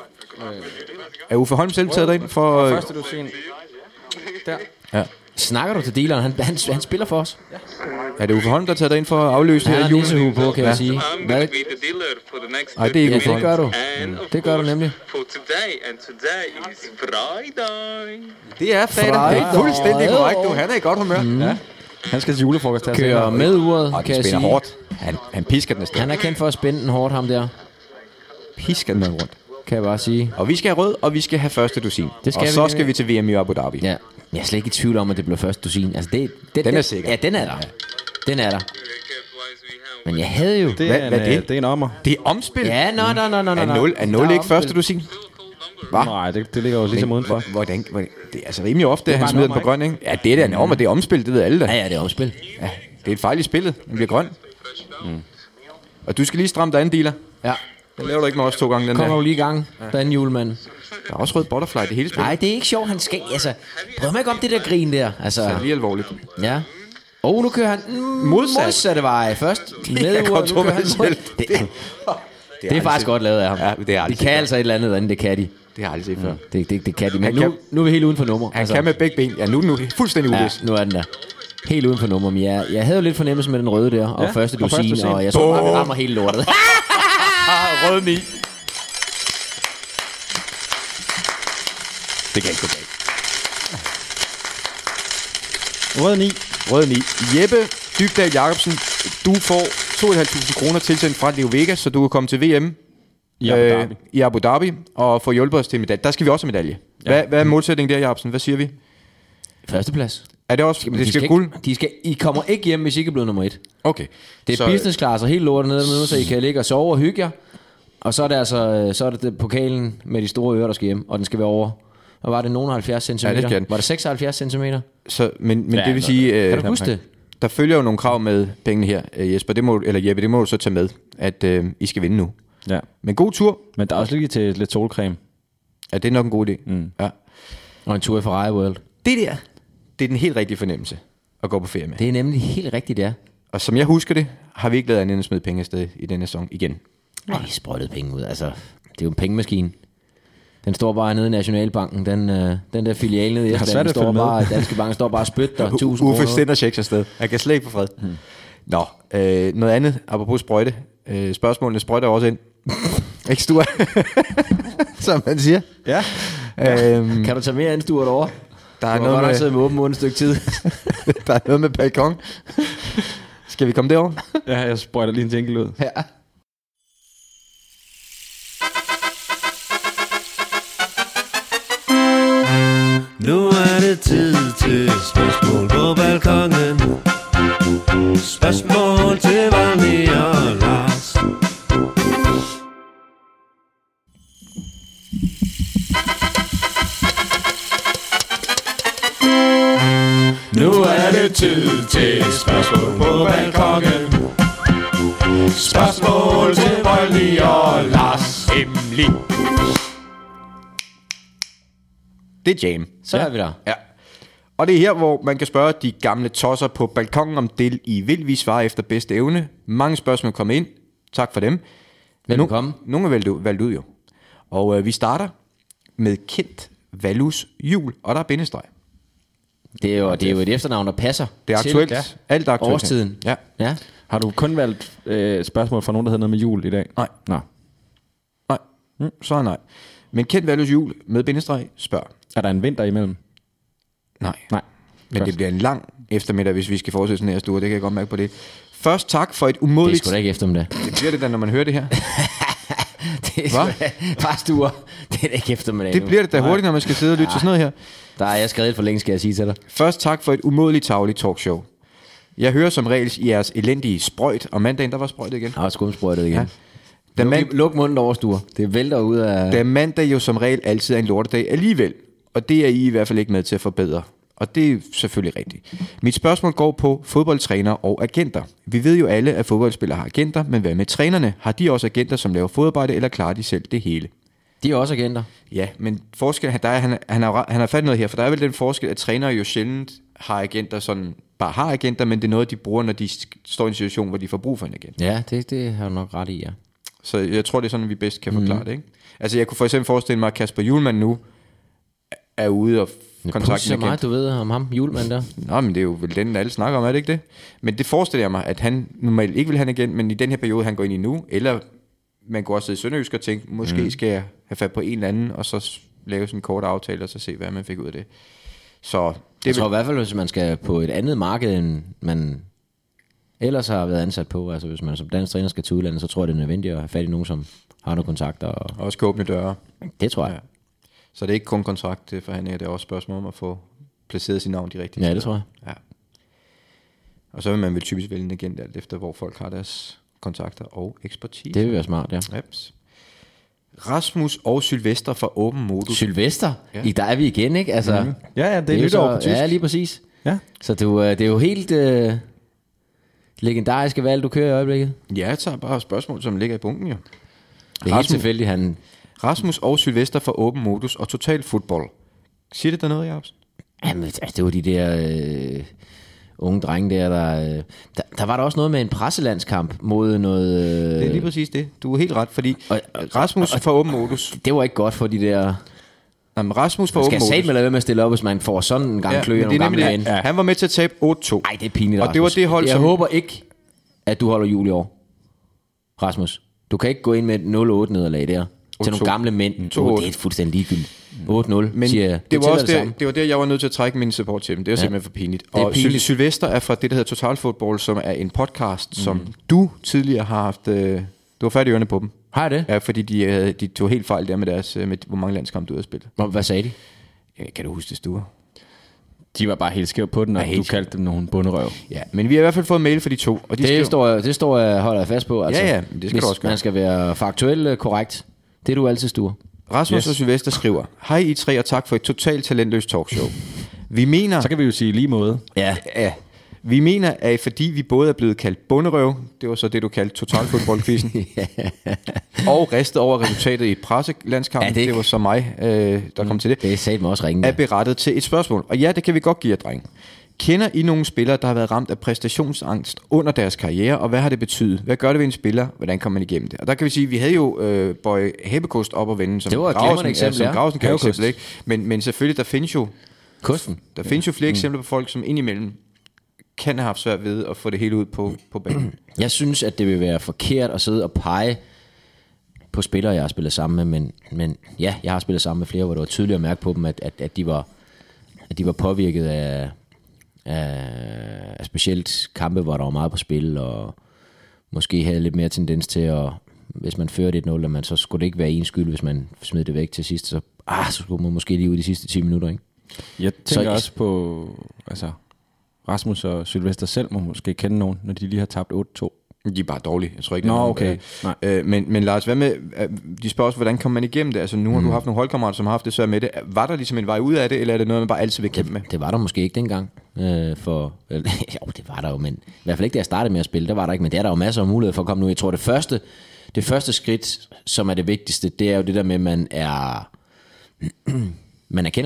S2: Er Uffe Holm selv taget derind for... øh,
S4: Første dusin. Der.
S2: Ja.
S3: Snakker du til dealeren? Han, han, han spiller for os.
S2: Er det Uffe Holm, der er taget derind for at afløse
S3: Han
S2: det
S3: har
S2: her jul?
S3: nissehue på, kan jeg sige.
S8: I'm
S3: Hvad?
S8: going to be the dealer for the next
S2: Nej, det er ikke
S3: Ja,
S2: Uffe
S3: det
S2: Holm.
S3: gør du.
S8: And of
S3: Det gør du
S8: course,
S3: nemlig.
S8: For today, and today is Friday.
S2: Det er fredag. Det er fuldstændig korrekt, du. Han er i godt humør. Mm. Ja.
S4: Han skal til julefrokost her
S3: Kører
S4: senere.
S3: med uret,
S2: Og
S3: kan
S2: den
S3: jeg
S2: spænder
S3: sige.
S2: hårdt. Han, han pisker den afsted.
S3: Han er kendt for at spænde den hårdt, ham der.
S2: pisker den rundt.
S3: Kan jeg bare sige.
S2: Og vi skal have rød, og vi skal have første dusin.
S3: Det skal
S2: og
S3: vi
S2: så
S3: nemlig.
S2: skal vi til V M i Abu Dhabi.
S3: Ja. Jeg er slet ikke i tvivl om, at det bliver første dusin. Altså, det, det,
S2: Den er
S3: det,
S2: sikker.
S3: Ja, den er der. Den er der. Men jeg havde jo...
S4: Det
S2: Hvad-
S4: er, en,
S2: hvad er det?
S4: øh, det er en ommer.
S2: Det er omspil.
S3: Ja, nå, nå, nå, nå, nå.
S2: Er nul, er nul
S3: Der
S2: ikke
S3: omspil.
S2: første dusin? Hva?
S4: Nej, det, det ligger jo ligesom udenfor.
S2: Hvordan, hvordan, det er altså rimelig ofte, at han
S4: bare
S2: smider
S4: en
S2: den på
S4: ommer,
S2: grøn, ikke? Ja, det er da en ommer, det er omspil, det ved alle da.
S3: Ja, ja, det er omspil.
S2: Ja, det er et fejl i spillet, den bliver grøn. Mm. Og du skal lige stramme dig an, dealer.
S3: Ja.
S2: Den laver du ikke med os to gange, den
S3: Kommer
S2: der.
S3: du lige i gang, ja. Den julemand.
S2: Der er også rød butterfly, det hele spillet.
S3: Nej, det er ikke sjovt, han skal... Altså, prøv mig ikke om det der grin der. Altså,
S2: Det er lige alvorligt.
S3: ja. Og nu kører han mm,
S2: Modsat.
S3: modsatte vej. Først med
S2: er
S3: uret, nu kører han
S2: kontroversielt.
S3: mod. Det, det, det er faktisk godt lavet af ham.
S2: Ja, det er
S3: de
S2: aldrig
S3: kan
S2: set
S3: altså et eller andet andet, det kan de.
S2: Det har jeg aldrig set før.
S3: Det, det, det kan de. Men
S2: Han
S3: nu,
S2: kan-
S3: nu er vi helt uden for nummer.
S2: Han kan med begge ben. Ja, nu er den nu fuldstændig
S3: Ja,
S2: uvis.
S3: nu er den der. Helt uden for nummer. Men jeg, jeg havde jo lidt fornemmelse med den røde der. Og
S4: Ja,
S3: første
S4: og første
S3: dusin.
S4: dusin.
S3: Og jeg så bare, vi rammer hele lortet.
S2: Rød ni. Det kan ikke gå galt.
S4: Rød ni.
S2: Rød ni. Jeppe Dybdahl Jacobsen, du får to tusind fem hundrede kroner tilsendt fra Leo Vegas, så du kan komme til V M
S4: I Abu Dhabi.
S2: øh, i Abu Dhabi og få hjulpet os til medalje. Der skal vi også have medalje. Hvad, hvad er målsætningen der, Jacobsen? Hvad siger vi?
S3: Førsteplads.
S2: Er det også,
S3: Men
S2: det
S3: de
S2: skal
S3: skal
S2: guld?
S3: ikke, de skal, I kommer ikke hjem, hvis I ikke er blevet nummer et.
S2: Okay.
S3: Det er
S2: Så-
S3: business class og helt lortet nede med, så I kan ligge og sove og hygge jer. Og så er det altså så er det, det pokalen med de store ører, der skal hjem, og den skal være over. Og var det nogen halvfjerds centimeter?
S2: Ja, det skal den.
S3: Var det seksoghalvfjerds centimeter?
S2: Så, men men
S4: Ja,
S2: det vil
S4: noget-
S2: sige, øh,
S3: Kan du huske det?
S2: der følger jo nogle krav med pengene her, øh, Jesper. Det må, eller Jeppe, det må du så tage med, at øh, I skal vinde nu.
S4: Ja.
S2: Men god tur.
S4: Men der er også lige til lidt solcreme.
S2: Ja, det er nok en god idé.
S4: Mm.
S2: Ja.
S3: Og en tur i Ferrari World.
S2: Det der, det er den helt rigtige fornemmelse at gå på ferie med.
S3: Det er nemlig helt rigtigt, ja.
S2: Og som jeg husker det, har vi ikke lavet andet end at smide penge afsted i denne sæson igen.
S3: Nej, vi sprøjtede penge ud. Altså, det er jo en pengemaskine. Den står bare nede i Nationalbanken. Den, øh, den der filial nede i
S4: har
S3: Estland,
S4: svært
S3: den
S4: ved at
S3: står
S4: følge med.
S3: bare, Danske Bank står bare og spytter tusind
S2: Uffe
S3: kroner.
S2: sender checks afsted. Jeg kan slet ikke få fred. Hmm. Nå, øh, noget andet, apropos sprøjte. Øh, spørgsmålene sprøjter også ind. Ikke Sture? Som man siger.
S4: Ja.
S2: Øhm,
S3: Kan du tage mere anstuer derovre?
S2: der, er
S3: Du har
S2: noget
S3: godt nok
S2: med,
S3: siddet med åben mund et stykke tid.
S2: der er noget med balkon. Skal vi komme derover?
S4: Ja, jeg sprøjter lige en jingle ud.
S3: Ja.
S6: Nu er det tid til spørgsmål på balkongen. Spørgsmål til Valmi og Lars. Nu er det tid til spørgsmål på balkongen. Spørgsmål til Valmi og
S2: Det er jam.
S3: Så
S2: ja.
S3: er vi der.
S2: Ja. Og det er her, hvor man kan spørge de gamle tosser på balkongen, om del I vil vi svare efter bedste evne. Mange spørgsmål kommer ind. Tak for dem.
S3: Velkommen.
S2: No- nogle er valgt ud, valgt ud jo. Og øh, vi starter med Kent Vallus Jul, og der er bindestreg.
S3: Det er jo, det er jo et efternavn, der passer.
S2: Det er aktuelt.
S3: Til,
S2: Ja. Alt er aktuelt.
S3: Årstiden.
S2: Ja.
S3: Ja.
S4: Har du kun valgt øh, spørgsmål fra nogen, der hedder noget med jul i dag?
S2: Nej.
S4: Nå.
S2: Nej. Mm, så er nej. Men Kent Vallus Jul med bindestreg spørg.
S4: Er der en vinter imellem?
S2: Nej.
S4: Nej.
S2: Men
S4: Godt.
S2: det bliver en lang eftermiddag, hvis vi skal fortsætte sådan her stue. Det kan jeg godt mærke på det. Først tak for et
S3: Det er
S2: umådeligt...
S3: sgu da ikke eftermiddag.
S2: Det bliver det da, når man hører det her.
S3: Det er sgu da bare stuer. Det er da ikke eftermiddag
S2: Det
S3: nu.
S2: bliver det da hurtigt, når man skal sidde og lytte til sådan noget her.
S3: Der er jeg skrevet for længe, skal jeg sige til dig.
S2: Først tak for et umådeligt tagligt talkshow. Jeg hører som regel i jeres elendige sprøjt, og mandagen der var sprøjtet igen.
S3: Jeg har skumsprøjtet igen.
S2: Ja.
S3: Ja.
S2: Da,
S3: Luk,
S2: man,
S3: luk munden over, stuer. Det vælter ud af...
S2: da mandag jo som regel altid er en lortedag alligevel, og det er I i hvert fald ikke med til at forbedre. Og det er selvfølgelig rigtigt. Mit spørgsmål går på fodboldtrænere og agenter. Vi ved jo alle, at fodboldspillere har agenter, men hvad med trænerne? Har de også agenter, som laver fodarbejde, eller klarer de selv det hele?
S3: De er også agenter.
S2: Ja, men forskellen, der er, han, han, har, han har fat noget her, for der er vel den forskel, at trænere jo sjældent har agenter, sådan bare har agenter, men det er noget, de bruger, når de står i en situation, hvor de får brug for en agent.
S3: Ja, det, det har du nok ret i, ja.
S2: Så jeg tror, det er sådan, vi bedst kan forklare mm. det, ikke? Altså, jeg kunne for eksempel forestille mig, at Kasper Hjulmand nu er ude og kontakte
S3: så
S2: en agent.
S3: meget, du ved om ham, Hjulmand der.
S2: Nå, men det er jo vel den, alle snakker om, er det ikke det? Men det forestiller jeg mig, at han normalt ikke vil have en agent, men i den her periode, han går ind i nu, eller man går også i Sønderjysk og tænke, måske mm. skal jeg have fat på en eller anden, og så lave sådan en kort aftale, og så se, hvad man fik ud af det. Så det
S3: Jeg
S2: vil...
S3: tror i hvert fald, hvis man skal på et andet marked, end man ellers har været ansat på, altså hvis man som dansk træner skal til udlandet, så tror jeg, det er nødvendigt at have fat i nogen, som har nogle kontakter. Og...
S2: også kan åbne døre.
S3: Det tror jeg.
S2: Ja. Så det er ikke kun kontrakt til forhandlinger, det er også spørgsmål om at få placeret sit navn de rigtige
S3: Ja, det tror jeg.
S2: Ja. Og så vil man vel typisk vælge en agent alt efter, hvor folk har deres kontakter og ekspertise.
S3: Det vil være smart, ja.
S2: Reps. Rasmus og Sylvester fra Åben Modus.
S3: Sylvester,
S2: Ja.
S3: ja. I, der er vi igen, ikke? Altså,
S4: Mm. Ja, ja, det er
S3: jo
S4: nytår
S3: så-
S4: på tysk.
S3: Ja, lige præcis.
S4: Ja.
S3: Så du, øh, det er jo helt øh, legendariske valg, du kører i øjeblikket.
S2: Ja, jeg tager bare spørgsmål, som ligger i bunken jo.
S3: Det er helt tilfældigt, han...
S2: Rasmus og Sylvester fra Åben Modus og Total Fodbold. Siger det der noget, Jacobsen?
S3: Jamen, altså, det var de der øh, unge drenge der, der, øh, der... Der var der også noget med en presselandskamp mod noget... Øh,
S2: Det er lige præcis det. Du er helt ret, fordi
S3: og-
S2: Rasmus fra Åben Modus...
S3: Det var ikke godt for de der...
S2: Jamen, Rasmus fra
S3: Man
S2: Åben
S3: skal
S2: Modus...
S3: satme lade være med at stille op, hvis man får sådan en gang
S2: Ja,
S3: klø
S2: men
S3: og
S2: det
S3: nogle
S2: er nemlig
S3: gamle
S2: det.
S3: ind.
S2: Ja. Han var med til at tabe otte to.
S3: Ej, det er pinligt,
S2: Og det var
S3: Rasmus.
S2: det hold,
S3: Jeg
S2: som-
S3: håber ikke, at du holder jul i år, Rasmus. Du kan ikke gå ind med et nul otte nederlag der. Til nogle
S2: to.
S3: gamle mænd.
S2: to
S3: Oh,
S2: otte.
S3: det er fuldstændig ligegyldigt. otte nul,
S2: Men
S3: siger jeg.
S2: det, det, var
S3: tæller
S2: også
S3: samme.
S2: der, det var der, jeg var nødt til at trække min support til dem. Det var ja. simpelthen for pinligt.
S3: Det er
S2: Og
S3: pinligt.
S2: Syl- Sylvester er fra det, der hedder Total Fodbold, som er en podcast, mm. som du tidligere har haft... Øh, du var færdig i ørerne på dem.
S3: Har jeg det?
S2: Ja, fordi de, øh, de tog helt fejl der med deres... Øh, med, hvor mange landskampe du havde spillet.
S3: Hvor- Hvad sagde de?
S2: Ja, kan du huske det, Sture?
S4: De var bare helt skæv på den, og
S2: Ja,
S4: du
S2: helt
S4: kaldte dem nogle bunderøv.
S2: Ja, men vi har i hvert fald fået mail fra de to. Og de
S3: Det
S2: skriver,
S3: står, jeg- det står jeg holder jeg fast på. Altså,
S2: Ja, ja, men det skal
S3: hvis
S2: du også gøre.
S3: man skal være faktuelt øh, korrekt. Det er du altid, Sture.
S2: Rasmus
S4: Yes.
S2: og Sylvester skriver: Hej I tre, og tak for et totalt talentløst talkshow. Vi mener...
S4: Så kan vi jo sige lige måde.
S3: Ja.
S2: Ja, vi mener, at fordi vi både er blevet kaldt bunderøv, det var så det, du kaldte totalfodboldquizzen, og ristet over resultatet i presselandskampen,
S3: Ja,
S2: det,
S3: det-
S2: det var så mig, øh, der kom til det,
S3: Det sagde mig også ringe.
S2: er berettet til et spørgsmål. Og ja, det kan vi godt give jer, dreng. Kender I nogle spillere, der har været ramt af præstationsangst under deres karriere, og hvad har det betydet? Hvad gør det ved en spiller? Hvordan kommer man igennem det? Og der kan vi sige, at vi havde jo øh, Boy Hebekost op at vende, som
S3: Det var et
S2: Grausen-
S3: glimrende eksempel,
S2: ja,
S3: ja.
S2: som Grausen kan
S3: Hebekost.
S2: eksempel, ikke? Men, men selvfølgelig, der findes jo,
S3: Kosten.
S2: der findes jo flere mm. eksempler på folk, som indimellem kan have haft svært ved at få det hele ud på, på banen.
S3: Jeg synes, at det vil være forkert at sidde og pege på spillere, jeg har spillet sammen med, men, men ja, jeg har spillet sammen med flere, hvor det var tydeligt at mærke på dem, at, at, at, de, var, at de var påvirket af, af, af specielt kampe, hvor der var meget på spil, og måske havde lidt mere tendens til at, hvis man førte et nul, man, så skulle det ikke være en skyld, hvis man smed det væk til sidst, så, ah, så skulle man måske lige ud de sidste ti minutter, ikke?
S4: Jeg tænker
S3: Så-
S4: også på, altså, Rasmus og Sylvester selv må måske kende nogen, når de lige har tabt otte to.
S2: De er bare dårlige. Jeg tror ikke,
S4: Nå,
S2: det er
S4: okay.
S2: nogen,
S4: Nej.
S2: øh, øh, men, men Lars, hvad med, øh, de spørger også, hvordan kommer man igennem det? Altså nu har mm. du haft nogle holdkammerater, som har haft det svært med det. Var der ligesom en vej ud af det, eller er det noget, man bare altid vil kæmpe med?
S3: Det var der måske ikke dengang. Øh, for, eller, jo, det var der jo, men i hvert fald ikke, da jeg startede med at spille. Der var der ikke, men det er der jo masser af muligheder for at komme nu. Jeg tror, det første, det første skridt, som er det vigtigste, det er jo det der med, at man er, man erkender det.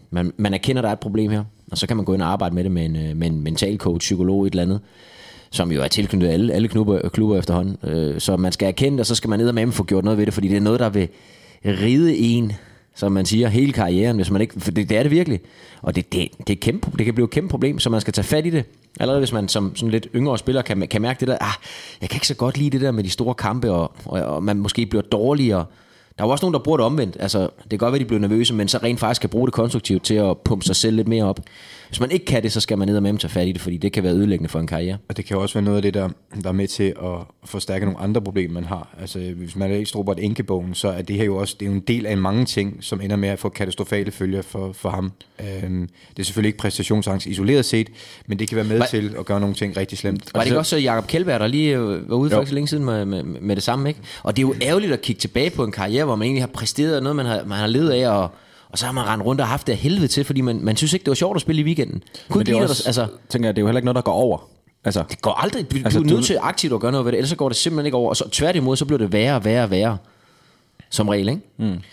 S3: man, man erkender, der er et problem her, og så kan man gå ind og arbejde med det med en, med en mental coach, psykolog, et eller andet, som jo er tilknyttet alle, alle klubber, klubber efterhånden. Øh, så man skal erkende det, og så skal man ned og med få gjort noget ved det, fordi det er noget, der vil ride en, som man siger, hele karrieren, hvis man ikke, for det, det er det virkelig. Og det, det, det, er kæmpe, det kan blive et kæmpe problem, så man skal tage fat i det. Allerede hvis man som sådan lidt yngre spiller kan, kan mærke det der, ah, jeg kan ikke så godt lide det der med de store kampe, og, og, og man måske bliver dårligere. Der er jo også nogen, der bruger det omvendt. Altså, det kan godt være, de bliver nervøse, men så rent faktisk kan bruge det konstruktivt til at pumpe sig selv lidt mere op. Hvis man ikke kan det, så skal man ned og med dem tage fat i det, fordi det kan være ødelæggende for en karriere.
S2: Og det kan jo også være noget af det, der, der er med til at forstærke nogle andre problemer, man har. Altså, hvis man ikke Robert Enkebogen, så er det her jo også det er jo en del af mange ting, som ender med at få katastrofale følger for, for ham. Øhm, det er selvfølgelig ikke præstationsangst isoleret set, men det kan være med var, til at gøre nogle ting rigtig slemt.
S3: Var det ikke også Jakob Kjeldberg, der lige var ude for ikke så længe siden med, med, med det samme, ikke? Og det er jo ærgerligt at kigge tilbage på en karriere, hvor man egentlig har præsteret noget, man har, man har levet af, og Og så har man rendt rundt og haft det af helvede til, fordi man, man synes ikke, det var sjovt at spille i weekenden. Kunne det er også, altså,
S4: tænker jeg, det er jo heller ikke noget, der går over. Altså,
S3: det går aldrig. Du,
S4: altså,
S3: du er nødt
S4: du...
S3: til aktivt at gøre noget ved det, ellers så går det simpelthen ikke over. Og så tværtimod, så bliver det værre og værre og værre. Som regel, ikke?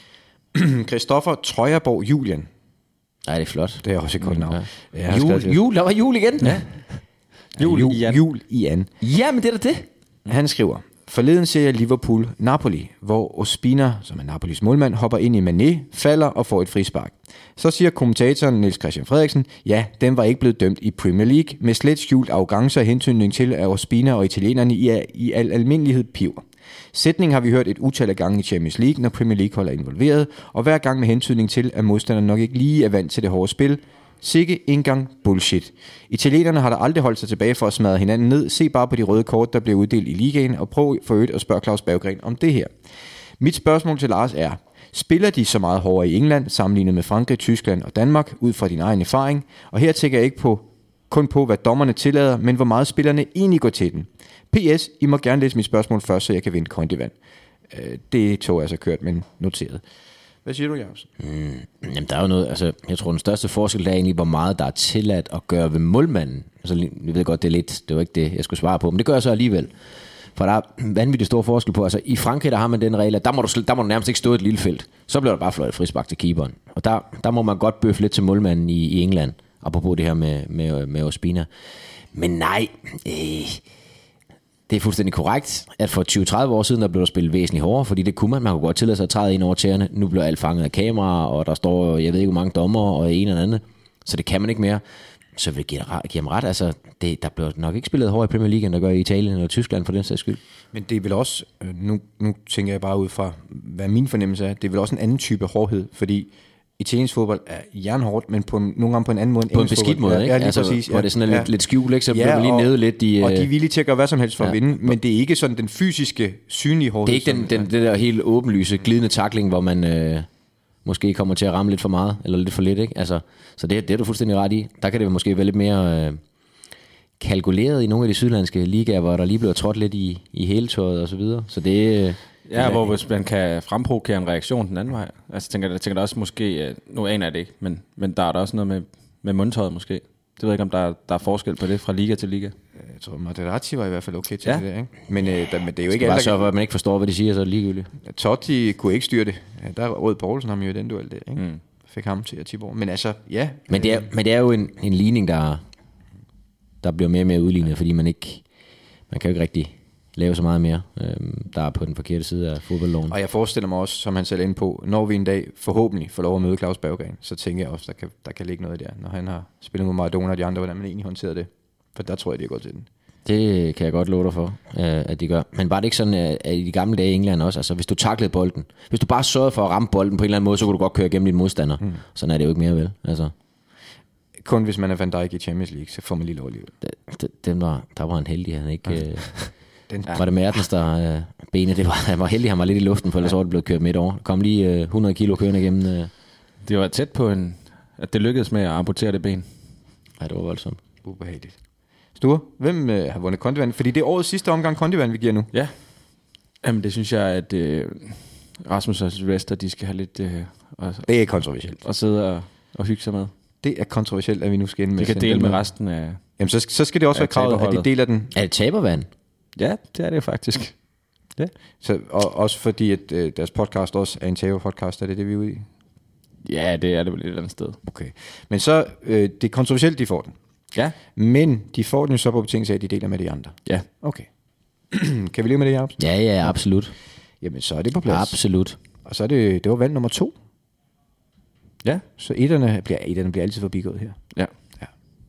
S2: Mm. Christoffer Trøjerborg Julian.
S3: Nej, det er flot.
S2: Det er også et godt navn.
S3: Ja. Ja, jul, jul, der var jul igen. Ja.
S2: Jul, jul, Ian. Jul Ian.
S3: Ja, men det er da det.
S2: Han skriver: forleden ser jeg Liverpool-Napoli, hvor Ospina, som er Napolis målmand, hopper ind i Mané, falder og får et frispark. Så siger kommentatoren Niels Christian Frederiksen, ja, den var ikke blevet dømt i Premier League, med slet skjult arrogance og hentydning til, at Ospina og italienerne i, i al almindelighed piver. Sætningen har vi hørt et utal af gange i Champions League, når Premier League holder involveret, og hver gang med hentydning til, at modstanderen nok ikke lige er vant til det hårde spil. Sikke engang bullshit. Italienerne har der aldrig holdt sig tilbage for at smadre hinanden ned. Se bare på de røde kort, der bliver uddelt i ligaen, og prøv for øvrigt at spørge Claus Berggren om det her. Mit spørgsmål til Lars er: spiller de så meget hårdere i England, sammenlignet med Frankrig, Tyskland og Danmark, ud fra din egen erfaring? Og her tænker jeg ikke på, kun på, hvad dommerne tillader, men hvor meget spillerne egentlig går til den. P S. I må gerne læse mit spørgsmål først, så jeg kan vinde Koindevand. Det tog jeg så kørt, men noteret. Hvad siger du, Jacobsen?
S3: Mm, jamen, der er jo noget, altså, jeg tror, den største forskel er egentlig, hvor meget der er tilladt at gøre ved målmanden. Altså, jeg ved godt, det er lidt, det var ikke det, jeg skulle svare på, men det gør jeg så alligevel. For der er vanvittigt stor forskel på, altså, i Frankrig, der har man den regel, at der må du, der må du nærmest ikke stå et lille felt. Så bliver der bare fløjt frispark til keeperen. Og der, der må man godt bøffe lidt til målmanden i, i England, apropos det her med, med, med Ospina. Men nej, øh, det er fuldstændig korrekt, at for tyve til tredive år siden, der blev der spillet væsentligt hårdere, fordi det kunne man. Man kunne godt tillade sig at træde ind over tæerne. Nu bliver alt fanget af kameraer, og der står, jeg ved ikke, hvor mange dommer og en eller anden. Så det kan man ikke mere. Så vil jeg give ham ret. Altså, det, der bliver nok ikke spillet hårdere i Premier League, end der gør i Italien eller Tyskland for den sags skyld.
S2: Men det er vel også, nu, nu tænker jeg bare ud fra, hvad min fornemmelse er, det er vel også en anden type hårdhed, fordi italiensk fodbold er jernhårdt, men på en, nogle gange på en anden måde.
S3: På en beskidt måde, ikke?
S2: Ja, lige
S3: altså,
S2: præcis.
S3: Hvor
S2: ja.
S3: det sådan er
S2: ja.
S3: lidt, lidt skjult, ikke? Så
S2: ja,
S3: bliver man lige
S2: og,
S3: nede lidt i...
S2: Og de er villige til at gøre hvad som helst for ja. at vinde, men det er ikke sådan den fysiske, synlige hårdhed.
S3: Det er ikke den, den, det der helt åbenlyse, glidende tackling, hvor man øh, måske kommer til at ramme lidt for meget, eller lidt for lidt, ikke? Altså, så det, det er du fuldstændig ret i. Der kan det måske være lidt mere... Øh, kalkuleret i nogle af de sydlandske ligaer, hvor der lige bliver trådt lidt i, i hæletøjet og så videre. Så det...
S4: Ja, ja, hvor hvis man kan fremprovokere en reaktion den anden vej. Altså, tænker jeg tænker der også måske, nu aner jeg det ikke, men, men der er der også noget med, med mundtøjet måske. Det ved jeg ikke, om der er, der er forskel på det fra liga til liga.
S2: Jeg tror, Materazzi var i hvert fald okay til
S4: ja.
S2: det der, ikke? Men, øh, der, men det er jo ikke
S3: bare
S2: alle,
S3: så, at man ikke forstår, hvad de siger, så er det ligegyldigt.
S2: Totti kunne ikke styre det. Ja, der Rød Poulsen ham jo i den duel der, ikke? Mm. Fik ham til at tippe over. Men altså, ja.
S3: Men det er, men det er jo en, en ligning, der, der bliver mere og mere udlignet, fordi man ikke, man kan jo ikke rigtig lave så meget mere, øhm, der er på den forkerte side af fodboldloven.
S2: Og jeg forestiller mig også, som han selv er inde på, når vi en dag forhåbentlig får lov at møde Claus Berggren, så tænker jeg også, der kan, der kan ligge noget der, når han har spillet mod Maradona og de andre, hvordan man egentlig håndterer det. For der tror jeg, de er gået til den.
S3: Det kan jeg godt love dig for, øh, at de gør. Men var det ikke sådan, at i de gamle dage i England også, altså hvis du taklede bolden, hvis du bare sørgede for at ramme bolden på en eller anden måde, så kunne du godt køre igennem din modstander. Hmm. Sådan er det jo ikke mere vel, altså.
S2: Kun hvis man er Van Dijk i Champions League, så får man lige lov alligevel.
S3: Den var, der var han heldig, han ikke... Øh,
S2: den,
S3: var det Mertens, der øh, benet, det var, han var heldig, han var lidt i luften, for ellers var det blevet kørt midt over. Der kom lige øh, hundrede kilo kørende igennem. Øh.
S4: Det var tæt på, en, at det lykkedes med at amputere det ben.
S3: Ja, det var voldsomt.
S2: Ubehageligt. Sture, hvem øh, har vundet Koindevand? Fordi det er årets sidste omgang Koindevand, vi giver nu.
S4: Ja. Jamen, det synes jeg, at øh, Rasmus og Sylvester, de skal have lidt... Øh, og,
S2: det er kontroversielt.
S4: Og sidde og, og hygge sig med.
S2: Det er kontroversielt, at vi nu skal ind med...
S4: De kan dele med resten af...
S2: Jamen, så, så skal det også være kravet, at de deler den...
S3: Er det tabervand?
S4: Ja, det er det faktisk. Ja.
S2: Så, og også fordi, at øh, deres podcast også er en taber-podcast, er det det, vi er ude i?
S4: Ja, det er det vel et eller andet sted.
S2: Okay. Men så, øh, det er kontroversielt, de får den.
S4: Ja.
S2: Men de får den jo så på betingelse af, at de deler med de andre.
S4: Ja.
S2: Okay. Kan vi leve med det, Jacobsen?
S3: Ja, ja, absolut.
S2: Jamen, så er det på plads.
S3: Absolut.
S2: Og så er det, det var valg nummer to.
S4: Ja.
S2: Så etterne bliver, etterne bliver altid forbigået her.
S4: Ja.
S2: Ja.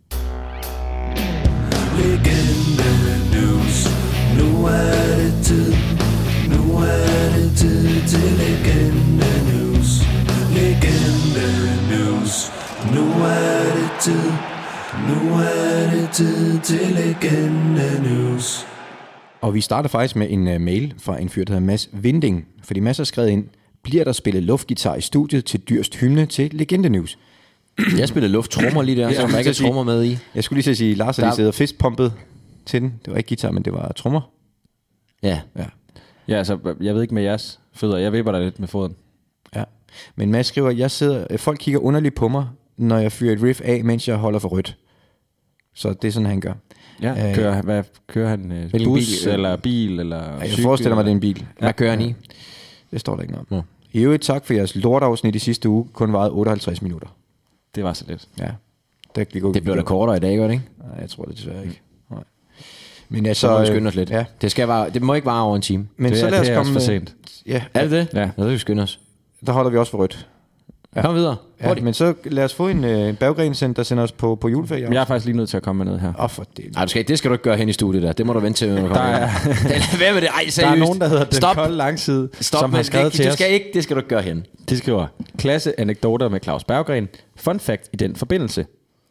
S6: Legende news. Nu er det tid. Nu er det tid til legende news. Legende news. Nu er det tid. Nu er det tid til legende news.
S2: Og vi starter faktisk med en uh, mail fra en fyr, der hedder Mads Vinding. Fordi Mads har skrevet ind, bliver der spillet luftgitar i studiet til dyrst hymne til Legende News?
S3: Jeg spillede lufttrummer lige der,
S2: Ja,
S3: som der ikke er trummer med i.
S2: Jeg skulle lige så sige, Lars har lige siddet og fistpumpet til den. Det var ikke guitar, men det var trommer.
S3: Ja.
S2: Ja.
S4: Ja, altså, jeg ved ikke med jeres fødder. Jeg vipper der lidt med foden.
S2: Ja. Men Mads skriver, jeg sidder, folk kigger underligt på mig, når jeg fyrer et riff af, mens jeg holder for rødt. Så det er sådan, han gør.
S4: Ja,
S2: Øh,
S4: kører, hvad, kører han? Øh,
S3: Hvilken
S4: bus
S3: bil?
S4: eller bil? Eller
S2: Jeg
S4: cykel,
S2: forestiller mig, det er
S4: eller?
S2: en bil.
S3: Hvad kører han i?
S2: Det står der ikke noget om. I øvrigt tak for jeres lortafsnit i sidste uge. Kun varede otteoghalvtreds minutter.
S4: Det var så lidt.
S2: Ja. Der, vi går,
S3: Det blev da kortere i dag, gør det ikke?
S2: Nej, jeg tror det desværre ikke. Nej. Men altså,
S3: Så må vi skynde os lidt.
S2: Ja.
S3: Det, skal være, det må ikke vare over en time.
S2: Men
S4: Det
S2: så
S4: er-
S2: lad os
S4: det er
S2: komme
S4: også for
S2: med-
S4: sent.
S2: Ja,
S3: Er det det?
S4: Ja.
S3: Så skal vi skynde os.
S2: der holder vi også for rødt.
S3: Ja. Kom videre.
S2: Ja, men så lad os få en, øh, en Berggren, send- der sender os på, på juleferie.
S4: Men jeg er faktisk lige nødt til at komme med noget her.
S2: Åh, oh, for det.
S3: Ej, du skal, det skal du ikke gøre hen i studiet der. Det må du vente til, når du kommer
S4: Der er-
S3: hjem. Hvad med det? Ej, seriøst.
S4: Der er nogen, der hedder Den
S3: Stop.
S4: Kolde Langside,
S3: Stop
S4: som
S3: med
S4: har skrevet
S3: det.
S4: til
S3: Du
S4: os.
S3: skal ikke, det skal du ikke gøre hen.
S4: De skriver, klasse anekdoter med Claus Berggren. Fun fact i den forbindelse.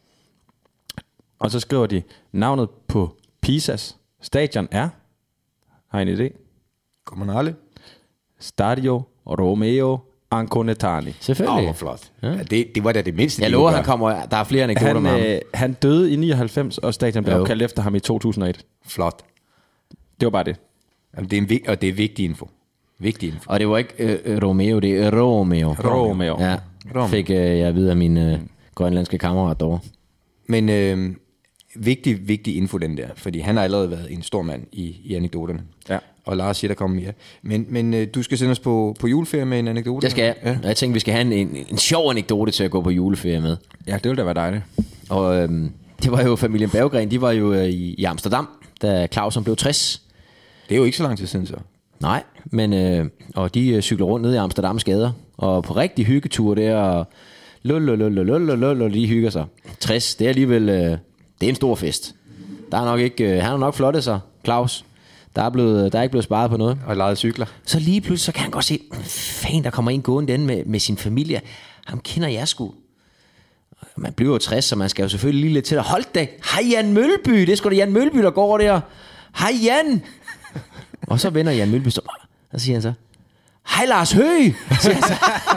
S4: Og så skriver de, navnet på Pisas stadion er, har I en idé?
S2: Kommunale.
S4: Stadio Romeo Anconetani.
S3: Selvfølgelig.
S2: Åh, oh, hvor flot. Ja. Ja, det, det var da det mindste.
S3: Jeg
S2: de
S3: lover,
S2: kunne
S3: han
S2: gøre.
S3: kommer. Der er flere anekdoter
S4: Han,
S3: med ham.
S4: øh, han døde i nioghalvfems, og stadion blev
S3: Jo.
S4: opkaldt efter ham i to tusind og et.
S2: Flot.
S4: Det var bare det.
S2: Jamen, det er en vig- og det er vigtig info. Vigtig info.
S3: Og det var ikke øh, Romeo, det er Romeo.
S4: Romeo.
S3: Ja,
S2: Romeo.
S3: fik øh, jeg at vide af min øh, grønlandske kammerat derovre.
S2: Men øh, vigtig, vigtig info den der, fordi han har allerede været en stor mand i, i anekdoterne.
S4: Ja.
S2: Og Lars siger, der kommer mere. Men, men øh, du skal sende os på, på juleferie med en anekdote?
S3: Det skal jeg.
S2: Ja.
S3: Og jeg tænkte, vi skal have en, en, en sjov anekdote til at gå på juleferie med.
S4: Ja, det ville da være dejligt.
S3: Og øhm, det var jo familien Berggren, de var jo øh, i, i Amsterdam, da Clausen blev tres.
S2: Det er jo ikke så lang tid siden så.
S3: Nej, men øh, og de øh, cykler rundt ned i Amsterdams gader, og på rigtig hyggetur der, og lululululululul, de hygger sig. tres, det er alligevel, øh, det er en stor fest. Der er nok ikke, øh, han har nok flottet sig, Claus. Der er, blevet, der er ikke blevet sparet på noget.
S2: Og lejet cykler.
S3: Så lige pludselig, så kan han godt se, fan, der kommer en gående den med, med sin familie. Ham kender jeg sgu. Man bliver jo tres, så man skal jo selvfølgelig lige lidt til at holde det. Hej Jan Mølby, det er sgu da Jan Mølby, der går der. Hej Jan. Og så vender Jan Mølby, så, så siger han så, hej Lars Høgh, siger han så.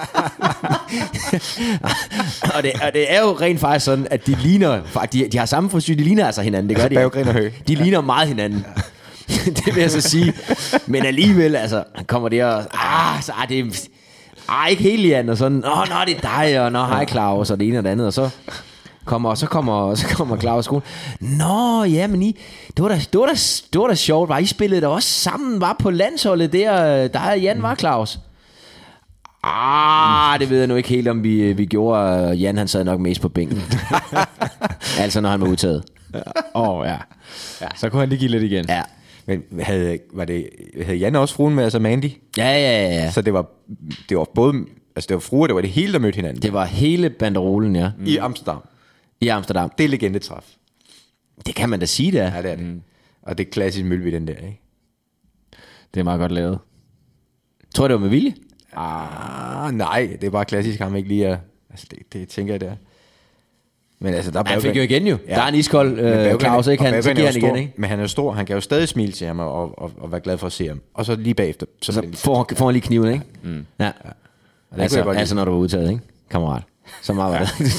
S3: og, det, og det er jo rent faktisk sådan, at de ligner, de, de har samme frisyr, de ligner altså hinanden, det gør de.
S2: Berggren og Høgh.
S3: De ligner meget hinanden. Det vil jeg så sige. Men alligevel, altså, han kommer der og, ah, så er det, ah, ikke helt Jan, og sådan, åh, nå, det er dig, og nå, hej Claus, og det ene og det andet, og så kommer, så kommer, så kommer Claus skolen. Nå, ja, men I, det var da, det var da, det var da sjovt, var I spillede der også sammen, var på landsholdet der, der Jan var Claus. Ah, det ved jeg nu ikke helt, om vi, vi gjorde. Jan, han sad nok mest på bænken. Altså, når han var udtaget.
S4: Åh, oh, ja. ja. Så kunne han lige give lidt igen.
S3: Ja.
S2: Men havde, var det, havde Jan også fruen med, altså Mandy?
S3: Ja, ja, ja, ja.
S2: Så det var, det var både, altså det var fruer, det var det hele, der mødte hinanden.
S3: Det var hele banderolen, ja.
S2: I Amsterdam.
S3: I Amsterdam.
S2: Det er legendetræf.
S3: Det kan man da sige, det er.
S2: Ja, det er det. Mm. Og det er klassisk Mølby, den der, ikke?
S4: Det er meget godt lavet.
S3: Tror du, det var med vilje?
S2: Ah, nej, det er bare klassisk, ham ikke lige er, altså det, det tænker jeg der. Men altså, der er
S3: Han fik jo igen jo. Ja. Der er en iskold øh, Claus, ikke? Han, så giver han igen, ikke?
S2: Men han er jo stor, han kan jo stadig smile til ham og, og, og være glad for at se ham. Og så lige bagefter. Så,
S3: Så får, får han lige kniven, ikke? Mm. Ja. ja.
S2: det
S3: Altså,
S2: kunne jeg
S3: altså, når du var udtaget, ikke? Kammerat. Så meget var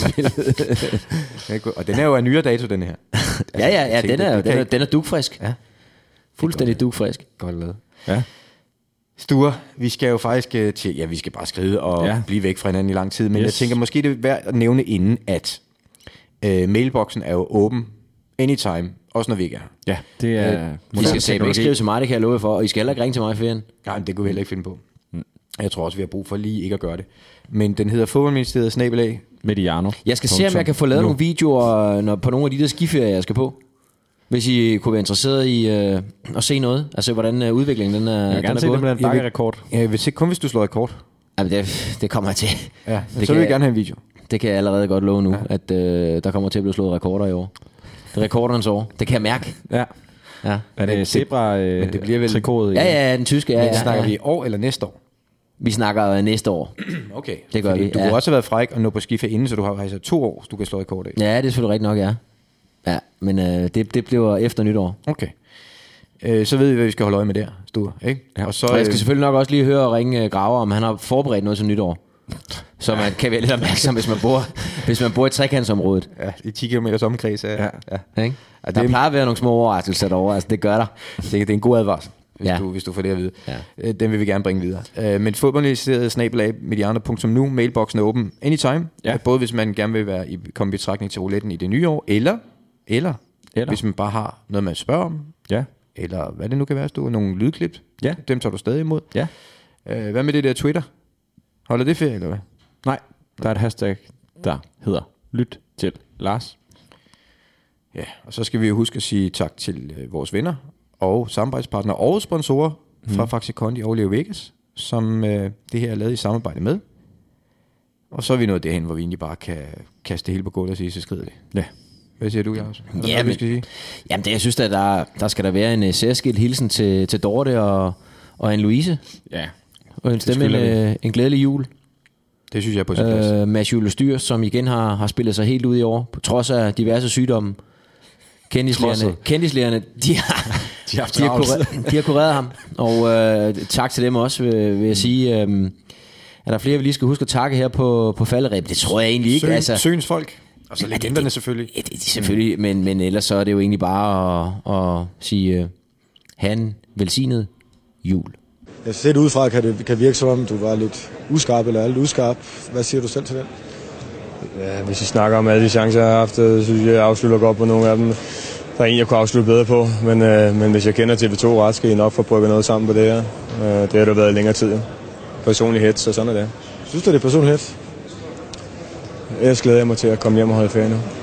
S3: det.
S2: og den er jo af nyere dato, den her.
S3: Ja, ja, ja, den er,
S2: det
S3: den er,
S2: ikke-
S3: den er dugfrisk.
S2: Ja.
S3: Fuldstændig dugfrisk.
S2: Godt lavet.
S4: Ja.
S2: Stuer, vi skal jo faktisk øh, til, ja, vi skal bare skride og
S4: Ja.
S2: ja. blive væk fra hinanden i lang tid, men
S4: Yes.
S2: jeg tænker måske det er værd at nævne inden, at øh, mailboksen er jo åben anytime, også når vi ikke er her.
S4: Ja, det er...
S3: I skal sætte ikke skrive til mig, det kan jeg love jer for, og I skal heller ikke ringe til mig i ferien.
S2: Nej, men det kunne vi heller ikke finde på. Jeg tror også, vi har brug for lige ikke at gøre det. Men den hedder Fodboldministeriet snabelag
S4: Mediano.
S3: Jeg skal se, om jeg kan få lavet nogle videoer når, på nogle af de der skiferier, jeg skal på. Hvis I kunne være interesseret i øh, at se noget. Altså, hvordan øh, udviklingen den er,
S4: jeg vil gerne
S3: den er
S4: se
S3: gået.
S4: det med den bakkerekord.
S2: Ja, hvis ikke kun hvis du slår rekord.
S3: Jamen, det, det kommer jeg til.
S2: Ja,
S3: det
S2: så vil jeg gerne have en video.
S3: Det kan jeg allerede godt love nu, ja. at øh, der kommer til at blive slået rekorder i år. Det er rekordernes år. Det kan jeg mærke.
S4: Ja.
S3: Ja.
S4: Er det zebra øh,
S2: men det bliver vel
S4: trikotet?
S3: Ja, ja, den tyske. Ja,
S2: men
S3: ja,
S2: snakker
S3: ja.
S2: vi i år eller næste år?
S3: Vi snakker øh, næste år.
S2: Okay.
S3: Det gør
S2: Fordi
S3: vi.
S2: Du
S3: ja.
S2: kunne også have været fræk og nå på skife inden, så du har altså to år, du kan slå rekord af.
S3: Ja, det er selvfølgelig rigtigt nok, ja. Ja, men øh, det, det bliver efter nytår.
S2: Okay. Øh, så ved vi, hvad vi skal holde øje med der, Sture, ikke?
S3: Ja.
S2: Og så,
S3: og jeg skal selvfølgelig nok også lige høre og ringe Graver, om han har forberedt noget til nytår. Så man kan være lidt opmærksom, hvis man bor, hvis man bor i trekantsområdet.
S2: Ja, i ti kilometers omkreds. Ja.
S3: Ja.
S2: Ja.
S3: Ikke?
S2: Ja, det
S3: der
S2: er,
S3: plejer at være nogle små overraskelser derovre, altså det gør der.
S2: det, det er en god advarsel, hvis,
S3: Ja.
S2: du, hvis du får det at vide.
S3: Ja.
S2: Øh, Den vil vi gerne bringe videre. Øh, Men fodboldministeriet snabelag mediano punktum nu, mailboksen er åben anytime.
S4: Ja.
S2: Både hvis man gerne vil være i, komme i betragtning til rouletten i det nye år, eller, eller,
S4: Eller.
S2: hvis man bare har noget, man spørger om,
S4: Ja.
S2: eller hvad det nu kan være, Sture, nogle lydklip.
S4: Ja.
S2: Dem tager du stadig imod.
S4: Ja.
S2: Øh, Hvad med det der Twitter? Holder det ferie, eller hvad?
S4: Nej, der er et hashtag, der hedder Lyt til Lars.
S2: Ja, og så skal vi jo huske at sige tak til øh, vores venner og samarbejdspartnere og sponsorer mm. fra Faxe Kondi og Leo Vegas, som øh, det her er lavet i samarbejde med. Og så er vi nået derhen, hvor vi egentlig bare kan kaste det hele på gulvet og sige, så skrider det.
S4: Ja.
S2: Hvad siger du, Jacob?
S3: Ja,
S2: Hvad
S3: men-
S2: vi skal sige?
S3: Jamen det, jeg synes, at der, der skal der være en uh, særskilt hilsen til, til Dorte og, og Anne-Louise.
S4: Ja.
S3: Og en stemme en,
S4: skylder
S3: uh, en glædelig jul.
S2: Det synes jeg er på sin plads.
S3: Uh, Mads Jules Dyr, som igen har, har spillet sig helt ud i år, på trods af diverse sygdomme. Kendislægerne, kendislægerne de har,
S4: De har haft
S3: de har,
S4: travlt.
S3: kureret, de har kureret ham. Og uh, tak til dem også, vil, vil jeg sige. Um, er der flere, vi lige skal huske at takke her på, på falderæb? Det tror jeg egentlig ikke.
S2: Søen,
S3: altså,
S2: Søens folk. Og så
S3: Ja, det-
S2: legenderne
S3: det-
S2: selvfølgelig.
S3: Ja, det, det, selvfølgelig, men, men ellers så er det jo egentlig bare at, at sige, uh, han velsignet jul.
S9: Jeg ser det udefra, kan det kan virke som om, du var lidt uskarp eller alt uskarp. Hvad siger du selv til den?
S10: Ja, hvis I snakker om alle de chancer, jeg har haft, så synes jeg, jeg afslutter godt på nogle af dem. Der er en, jeg kunne afslutte bedre på, men, øh, men hvis jeg kender T V to ret, skal I nok få brygget noget sammen på det her. Øh, det har det været i længere tid. Personlig hits, så sådan er det.
S9: Synes du, det er personligt?
S10: Ellers glæder jeg mig til at komme hjem og holde ferie nu.